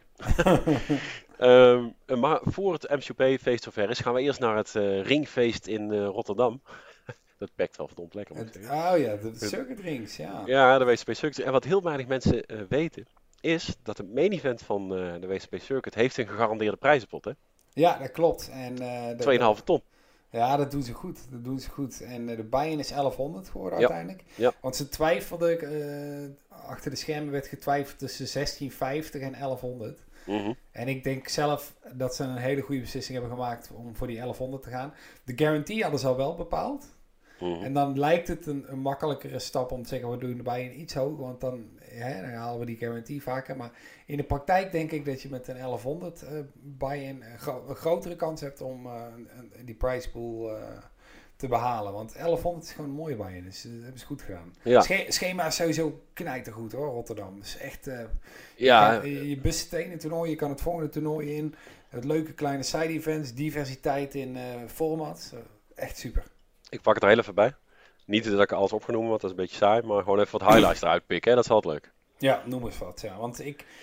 Maar voor het MCP-feest zover is, gaan we eerst naar het ringfeest in Rotterdam. Dat pakt wel verdomd lekker. Moet ik zeggen. De circuit rings, ja. Ja, de WSP Circuit. En wat heel weinig mensen weten, is dat de main event van de WSP Circuit heeft een gegarandeerde prijzenpot, hè? Ja, dat klopt. En, 2,5 ton. Ja, dat doen ze goed. En de buy-in is 1100 geworden uiteindelijk. Ja. Want ze twijfelden, achter de schermen werd getwijfeld tussen 1650 en 1100. Mhm. En ik denk zelf dat ze een hele goede beslissing hebben gemaakt om voor die 1100 te gaan. De guarantee hadden ze al wel bepaald. Mhm. En dan lijkt het een makkelijkere stap om te zeggen, we doen de buy-in iets hoger, want dan halen we die guarantee vaker. Maar in de praktijk denk ik dat je met een 1100 buy-in een grotere kans hebt om die price pool te behalen. Want 1100 is gewoon een mooie buy-in, dus dat hebben ze goed gedaan. Ja. Schema is sowieso knijtergoed hoor, Rotterdam. Dus echt, Ja, je bust het ene toernooi, je kan het volgende toernooi in. Het leuke kleine side-events, diversiteit in formats. Echt super. ik pak het er heel even bij. Niet dat ik alles opgenomen, want dat is een beetje saai, maar gewoon even wat highlights eruit pikken, hè? Dat is altijd leuk. Ja, noem eens wat. Ja. Want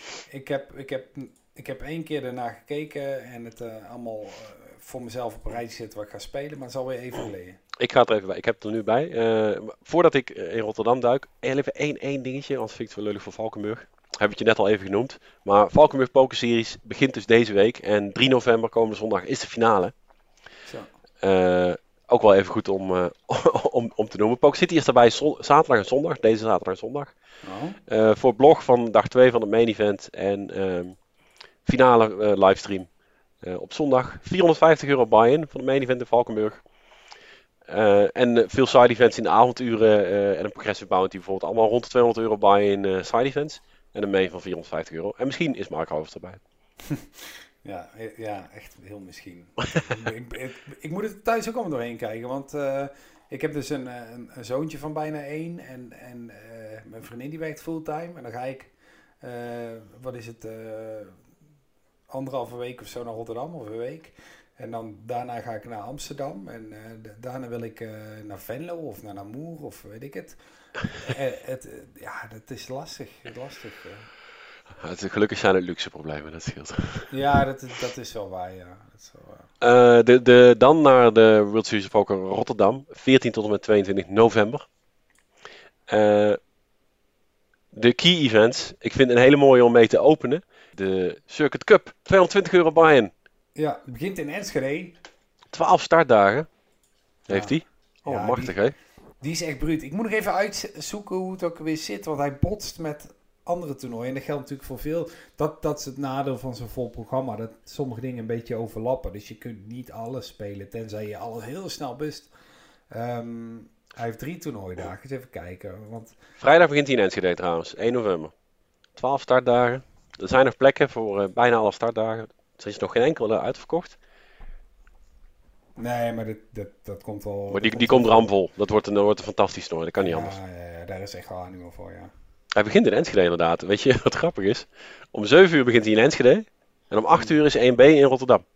ik heb 1 keer ernaar gekeken en het allemaal voor mezelf op een rijtje zitten waar ik ga spelen, maar het is alweer even geleden. Ik ga het er even bij. Ik heb het er nu bij. Voordat ik in Rotterdam duik, even één dingetje, anders vind ik het wel lullig voor Valkenburg. Heb ik je net al even genoemd. Maar Valkenburg Poker Series begint dus deze week. En 3 november, komende zondag, is de finale. Zo. Ook wel even goed om te noemen. Poker City is daarbij zaterdag en zondag. Deze zaterdag en zondag. Voor blog van dag 2 van het main event. En finale livestream op zondag. €450 buy-in van de main event in Valkenburg. En veel side events in de avonduren. En een progressive bounty bijvoorbeeld. Allemaal rond de €200 buy-in side events. En een main van €450. En misschien is Mark Rovers erbij. Ja, echt heel misschien. ik moet het thuis ook allemaal doorheen kijken, want ik heb dus een zoontje van bijna 1 en mijn vriendin die werkt fulltime. En dan ga ik, 1,5 week of zo naar Rotterdam, of een week. En dan daarna ga ik naar Amsterdam en daarna wil ik naar Venlo of naar Namur of weet ik het. Dat is lastig. Gelukkig zijn het luxe problemen, dat scheelt. Ja, dat is wel waar, ja. Dat is wel waar. Dan naar de World Series of Poker Rotterdam, 14 tot en met 22 november. De key events, ik vind een hele mooie om mee te openen. De Circuit Cup, €220 buy-in. Ja, het begint in Enschede. 12 startdagen heeft hij. Oh, Ja, machtig hè. Die is echt bruut. Ik moet nog even uitzoeken hoe het ook weer zit, want hij botst met andere toernooien. En dat geldt natuurlijk voor veel. Dat is het nadeel van zo'n vol programma, dat sommige dingen een beetje overlappen. Dus je kunt niet alles spelen, tenzij je alles heel snel bust. Hij heeft 3 toernooidagen. Eens even kijken. Want Vrijdag begint hij in Enschede trouwens, 1 november. 12 startdagen. Er zijn nog plekken voor bijna alle startdagen. Er is nog geen enkele uitverkocht. nee, maar dat komt wel. Maar die komt ramvol. Dat wordt een fantastisch toernooi, dat kan niet anders. Ja, daar is echt wel animo voor, ja. Hij begint in Enschede inderdaad. Weet je wat grappig is? Om 7 uur begint hij in Enschede. En om 8 uur is 1B in Rotterdam.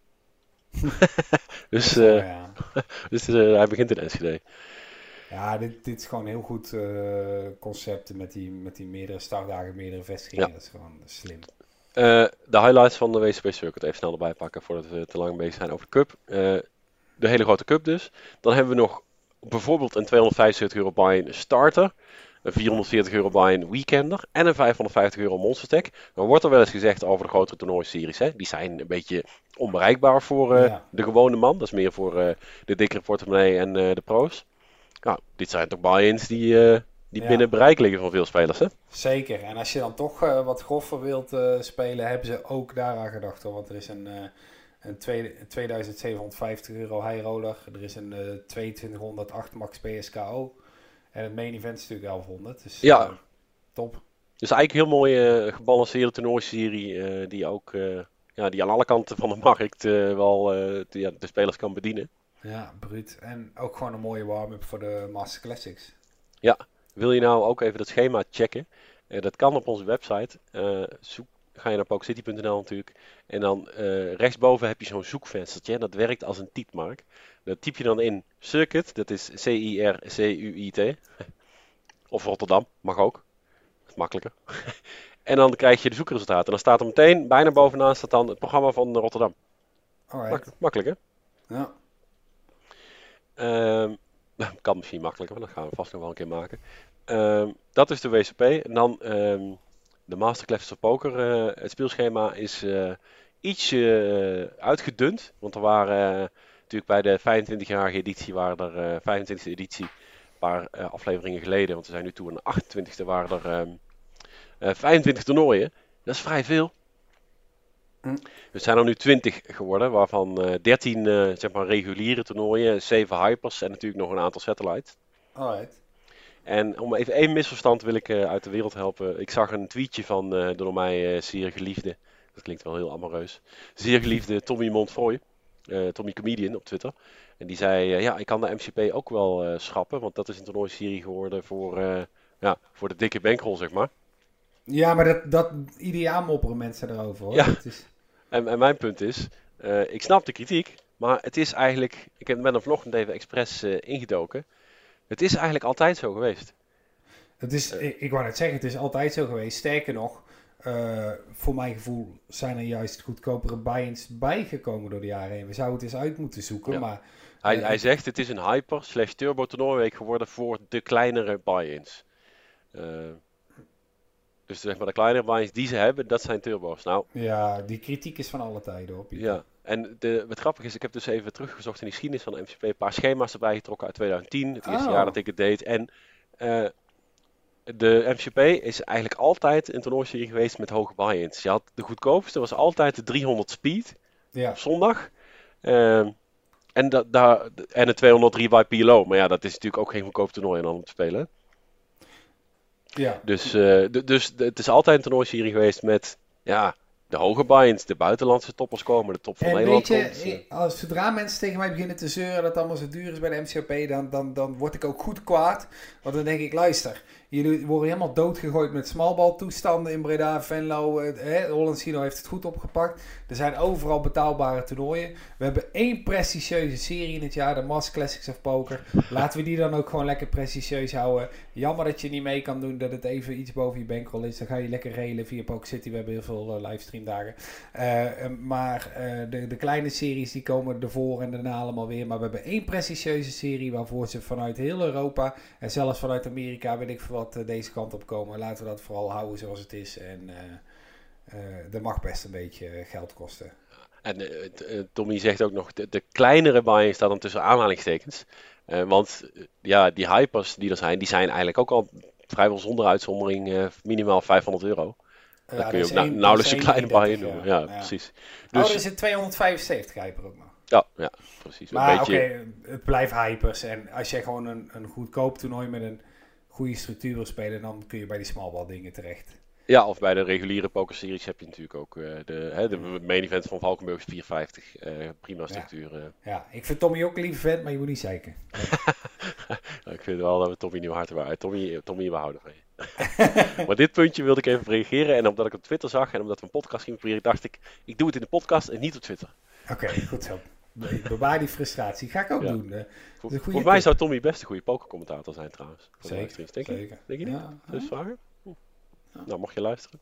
Dus hij begint in Enschede. Ja, dit is gewoon een heel goed concept met die meerdere startdagen, meerdere vestigingen. Ja. Dat is gewoon slim. De highlights van de WSP Circuit even snel erbij pakken voordat we te lang bezig zijn over de cup. De hele grote cup dus. Dan hebben we nog bijvoorbeeld een €275 buy-in starter. Een €440 buy-in weekender. En een €550 monster stack. Dan wordt er wel eens gezegd over de grotere toernooiseries. Hè? Die zijn een beetje onbereikbaar voor de gewone man. Dat is meer voor de dikkere portemonnee en de pro's. Nou, dit zijn toch buy-ins die binnen bereik liggen van veel spelers, hè? Zeker. En als je dan toch wat groffer wilt spelen, hebben ze ook daaraan gedacht. Hoor. Want er is een €2750 high roller. Er is een 2208 max PSKO. En het main event is natuurlijk 1100. Dus top. Dus eigenlijk een heel mooie gebalanceerde toernooiserie die ook die aan alle kanten van de markt de spelers kan bedienen. Ja, bruut. En ook gewoon een mooie warm-up voor de Master Classics. Ja, wil je nou ook even dat schema checken? Dat kan op onze website. Ga je naar pokercity.nl natuurlijk. En dan rechtsboven heb je zo'n zoekvenstertje. En dat werkt als een typmark. Dat typ je dan in Circuit. Dat is CIRCUIT. Of Rotterdam, mag ook. Dat is makkelijker. En dan krijg je de zoekresultaten. En dan staat er meteen, bijna bovenaan, staat dan het programma van Rotterdam. Alright. Makkelijk, hè? Ja. Kan misschien makkelijker, maar dat gaan we vast nog wel een keer maken. Dat is de WSOP. En dan de Masterclass of Poker. Het speelschema is ietsje uitgedund. Want er waren natuurlijk bij de 25-jarige editie, waren er 25e editie, een paar afleveringen geleden. Want we zijn nu toe aan de 28e, waren er 25 toernooien. Dat is vrij veel. Er zijn er nu 20 geworden, waarvan 13 zeg maar reguliere toernooien, 7 hypers en natuurlijk nog een aantal satellites. Alright. En om even één misverstand wil ik uit de wereld helpen. Ik zag een tweetje van de door mij zeer geliefde, dat klinkt wel heel amoureus, zeer geliefde Tommy Montfroy, Tommy Comedian op Twitter. En die zei, ja, ik kan de MCP ook wel schrappen, want dat is een toernooiserie geworden voor de dikke bankroll, zeg maar. Ja, maar dat ieder jaar mopperen mensen erover, hoor. Ja. Het is... En mijn punt is, ik snap de kritiek, maar het is eigenlijk, ik ben er vanochtend even expres ingedoken. Het is eigenlijk altijd zo geweest. Het is, ik wou net zeggen, het is altijd zo geweest. Sterker nog, voor mijn gevoel zijn er juist goedkopere buy-ins bijgekomen door de jaren heen. We zouden het eens uit moeten zoeken, Ja. maar... Hij zegt, het is een hyper/turbo toernooiweek geworden voor de kleinere buy-ins. Dus zeg maar de kleinere buy-ins die ze hebben, dat zijn turbo's. Nou, Ja, die kritiek is van alle tijden, hoor, Pieter. ja. En wat grappig is, ik heb dus even teruggezocht in de geschiedenis van de MCP. Een paar schema's erbij getrokken uit 2010, het eerste jaar dat ik het deed. En de MCP is eigenlijk altijd een toernooiserie geweest met hoge buy-ins. Je had de goedkoopste, was altijd de 300 speed Ja. op zondag. En de 203 bij PLO. Maar ja, dat is natuurlijk ook geen goedkoop toernooi dan om te spelen. Ja. Dus het is altijd een toernooiserie geweest met de hoge buy-ins, de buitenlandse toppers komen, de top van En Nederland weet je, komt. zodra mensen tegen mij beginnen te zeuren dat het allemaal zo duur is bij de MCP, dan word ik ook goed kwaad. Want dan denk ik, luister, jullie worden helemaal doodgegooid met smalbaltoestanden in Breda, Venlo. Holland Sino heeft het goed opgepakt. Er zijn overal betaalbare toernooien. We hebben 1 prestigieuze serie in het jaar, de Masters Classics of Poker. Laten we die dan ook gewoon lekker prestigieus houden. Jammer dat je niet mee kan doen, dat het even iets boven je bankroll is. Dan ga je lekker railen via Poker City. We hebben heel veel livestreamdagen. Maar de kleine series die komen ervoor en daarna allemaal weer. Maar we hebben 1 prestigieuze serie waarvoor ze vanuit heel Europa en zelfs vanuit Amerika, weet ik veel wat, deze kant op komen. Laten we dat vooral houden zoals het is. En dat mag best een beetje geld kosten. En Tommy zegt ook nog, de kleinere buy-in staat dan tussen aanhalingstekens. Want die hypers die er zijn, die zijn eigenlijk ook al vrijwel zonder uitzondering minimaal €500. Dan kun je ook nauwelijks een kleine buy-in noemen. Ja, precies. Dus, er zit 275 hyper ook nog. Ja, precies. Maar oké, het blijft hypers. En als jij gewoon een goedkoop toernooi met een goede structuur wil spelen, dan kun je bij die smallball dingen terecht. Ja, of bij de reguliere pokerseries heb je natuurlijk ook de main event van Valkenburg is 450. Prima structuur. Ja, ik vind Tommy ook een lieve vent, maar je moet niet zeiken. Ik vind wel dat we Tommy nu hard waren. Tommy, we houden van je. Maar dit puntje wilde ik even op reageren. En omdat ik op Twitter zag en omdat we een podcast gingen proberen, dacht ik doe het in de podcast en niet op Twitter. Oké, goed zo. Bewaar die frustratie. Ga ik ook doen. Volgens mij zou Tommy best een goede pokercommentator zijn trouwens. Zeker. Denk je niet? Ja. Dus vragen? Nou, mag je luisteren.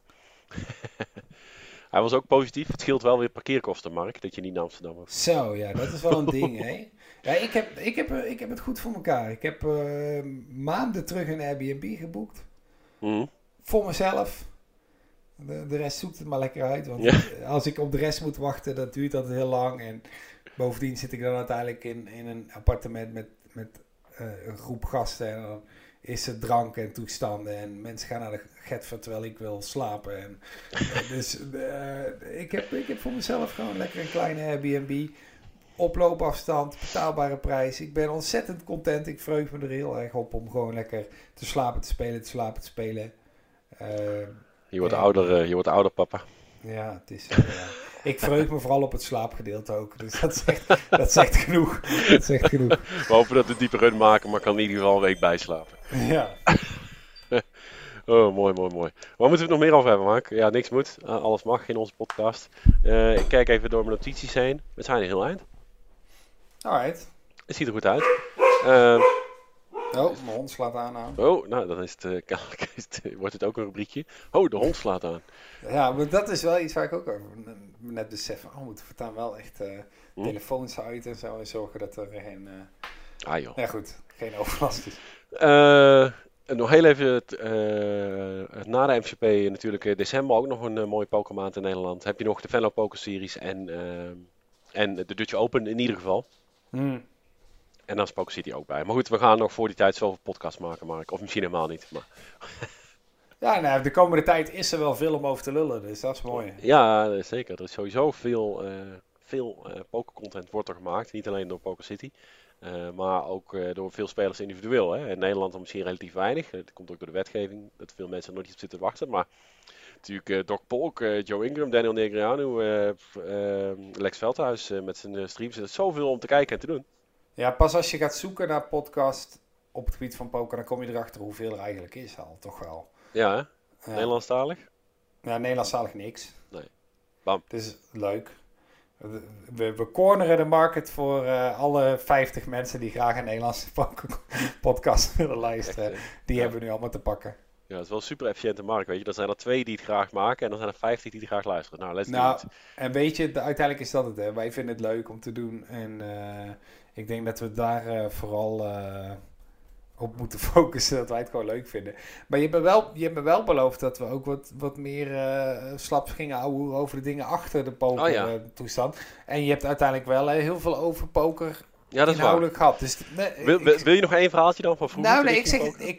Hij was ook positief. Het scheelt wel weer parkeerkosten, Mark, dat je niet naar Amsterdam hoeft. Zo, ja, dat is wel een ding, hè. Ja, ik heb het goed voor elkaar. Ik heb maanden terug een Airbnb geboekt. Voor mezelf. De rest zoekt het maar lekker uit. Want als ik op de rest moet wachten, dat duurt altijd heel lang. En bovendien zit ik dan uiteindelijk in een appartement met een groep gasten. En dan is het drank en toestanden. En mensen gaan naar de getver terwijl ik wil slapen. En, dus ik heb voor mezelf gewoon lekker een kleine Airbnb. Oploopafstand, betaalbare prijs. Ik ben ontzettend content. Ik verheug me er heel erg op om gewoon lekker te slapen, te spelen. Je wordt ouder, papa. Ja, het is... Ik verheug me vooral op het slaapgedeelte ook. Dus dat zegt genoeg. We hopen dat we diepe run maken, maar kan in ieder geval een week bijslapen. Ja. Oh, mooi. Waar moeten we het nog meer over hebben, Mark? Ja, niks moet. Alles mag in onze podcast. Ik kijk even door mijn notities heen. We zijn er heel eind. Alright. Het ziet er goed uit. Oh, mijn hond slaat aan nou. Oh, nou dan is wordt het ook een rubriekje. Oh, de hond slaat aan. Ja, maar dat is wel iets waar ik ook over net besef van, we moeten voortaan wel echt telefoons uit en zo. En zorgen dat er geen... Joh. Ja goed, geen overlast is. Nog heel even na de MCP natuurlijk december ook nog een mooie pokermaand in Nederland. Heb je nog de Venlo Poker Series en de Dutch Open in ieder geval. En dan is Poker City ook bij. Maar goed, we gaan nog voor die tijd zoveel podcasts maken, Mark. Of misschien helemaal niet. Maar... Ja, nou, de komende tijd is er wel veel om over te lullen, dus dat is mooi. Ja, zeker. Er is sowieso veel pokercontent wordt er gemaakt. Niet alleen door Poker City. Maar ook door veel spelers individueel. Hè. In Nederland dan misschien relatief weinig. Dat komt ook door de wetgeving. Dat veel mensen er nog niet op zitten te wachten. Maar natuurlijk Doc Polk, Joe Ingram, Daniel Negreanu, Lex Veldhuis met zijn streams. Er is zoveel om te kijken en te doen. Ja, pas als je gaat zoeken naar podcast op het gebied van poker, dan kom je erachter hoeveel er eigenlijk is al. Toch wel. Ja, hè? Ja. Nederlandstalig? Ja, Nederlandstalig niks. Nee. Bam. Het is leuk. We corneren de market voor alle 50 mensen die graag een Nederlandse podcast willen luisteren. Die hebben we nu allemaal te pakken. Ja, het is wel een super efficiënte markt, weet je. Er zijn er 2 die het graag maken en dan zijn er 50 die het graag luisteren. Nou, let's do it. En weet je, uiteindelijk is dat het. Hè. Wij vinden het leuk om te doen. En ik denk dat we daar vooral op moeten focussen. Dat wij het gewoon leuk vinden. Maar je hebt me wel beloofd dat we ook wat meer slaps gingen ouwen over de dingen achter de poker toestand. En je hebt uiteindelijk wel heel veel over poker... Ja, dat is inhoudelijk gehad. Dus, wil je nog één verhaaltje dan van vroeger? Nou, nee, ik zeg,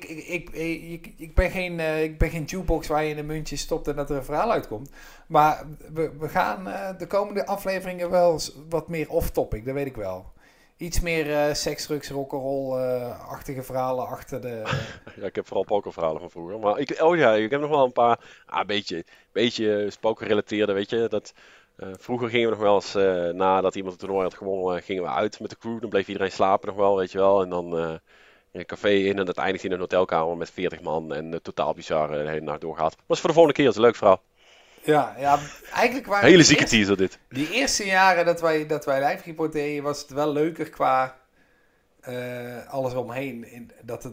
ik ben geen jukebox waar je een muntje stopt en dat er een verhaal uitkomt. Maar we gaan de komende afleveringen wel wat meer off-topic, dat weet ik wel. Iets meer seks, rock'n'roll-achtige verhalen achter de... Ja, ik heb vooral pokerverhalen van vroeger. Maar ik heb nog wel een paar, beetje poker-gerelateerde, weet je, dat... vroeger gingen we nog wel eens, nadat iemand het toernooi had gewonnen, gingen we uit met de crew. Dan bleef iedereen slapen nog wel, weet je wel. En dan een café in en dat eindigde in een hotelkamer met 40 man. En totaal bizar de hele nacht doorgaat. Was voor de volgende keer, dat is een leuk verhaal. Ja, eigenlijk waren hele zieke teaser dit. Die eerste jaren dat wij live report deden, was het wel leuker qua alles omheen.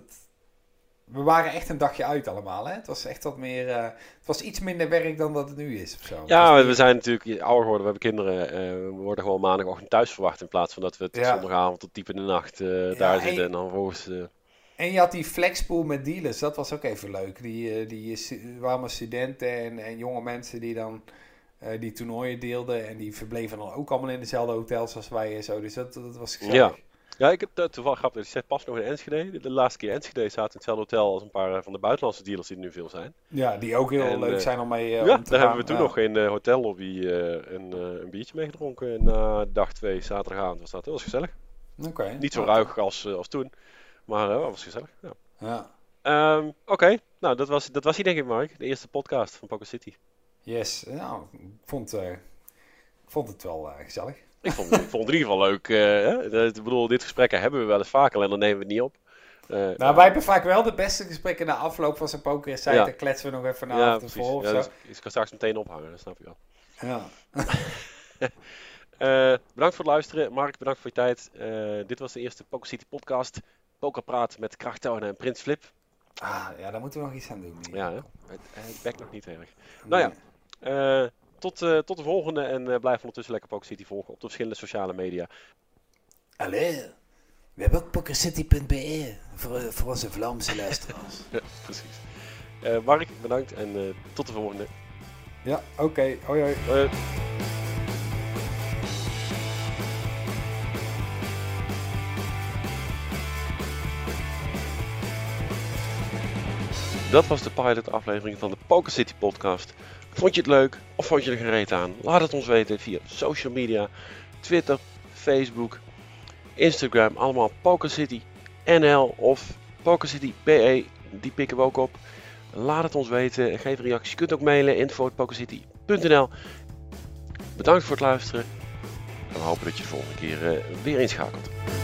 We waren echt een dagje uit allemaal. Hè? Het was echt wat meer... het was iets minder werk dan dat het nu is. Of zo. Ja, we zijn natuurlijk ouder geworden. We hebben kinderen. We worden gewoon maandagochtend thuis verwacht. In plaats van dat we zondagavond tot diep in de nacht daar zitten. En dan vervolgens... En je had die flexpool met dealers. Dat was ook even leuk. Die waren studenten en jonge mensen die dan die toernooien deelden. En die verbleven dan ook allemaal in dezelfde hotels als wij en zo. Dus dat was gezellig. Ja, ik heb toevallig grappig. Ik zat pas nog in Enschede. De laatste keer in Enschede zaten in hetzelfde hotel als een paar van de buitenlandse dealers die er nu veel zijn. Ja, die ook heel leuk zijn om mee om te gaan. Daar hebben we toen nog in de hotellobby een biertje mee gedronken. Na dag 2 zaterdagavond was dat. Dat was gezellig. Okay. Niet zo ruig als toen. Maar dat was gezellig. Ja. Oké. Nou, dat was hij denk ik, Mark. De eerste podcast van Poker City. Yes. Nou, ik vond het wel gezellig. Ik vond het in ieder geval leuk. Ik bedoel, dit gesprek hebben we wel eens vaker, alleen dan nemen we het niet op. Wij hebben vaak wel de beste gesprekken na afloop van zo'n poker-site. Dan kletsen we nog even na of voor. Ja, dus ik kan straks meteen ophangen, dat snap je wel. Ja. Bedankt voor het luisteren. Mark, bedankt voor je tijd. Dit was de eerste Poker City podcast. Pokerpraat met Krach Tonen en Prins Flip. Ja, daar moeten we nog iets aan doen. Ja, het bekt nog niet erg. Nou ja, tot de volgende en blijf ondertussen lekker Poker City volgen op de verschillende sociale media. Allee, we hebben ook pokercity.be voor onze Vlaamse luisteraars. Ja, precies. Mark, bedankt en tot de volgende. Ja, oké. Hoi hoi. Dat was de pilot aflevering van de Poker City podcast. Vond je het leuk of vond je er geen reet aan? Laat het ons weten via social media, Twitter, Facebook, Instagram, allemaal Poker City NL of Poker City PE, die pikken we ook op. Laat het ons weten, geef een reactie. Je kunt ook mailen info@pokercity.nl. Bedankt voor het luisteren en we hopen dat je de volgende keer weer inschakelt.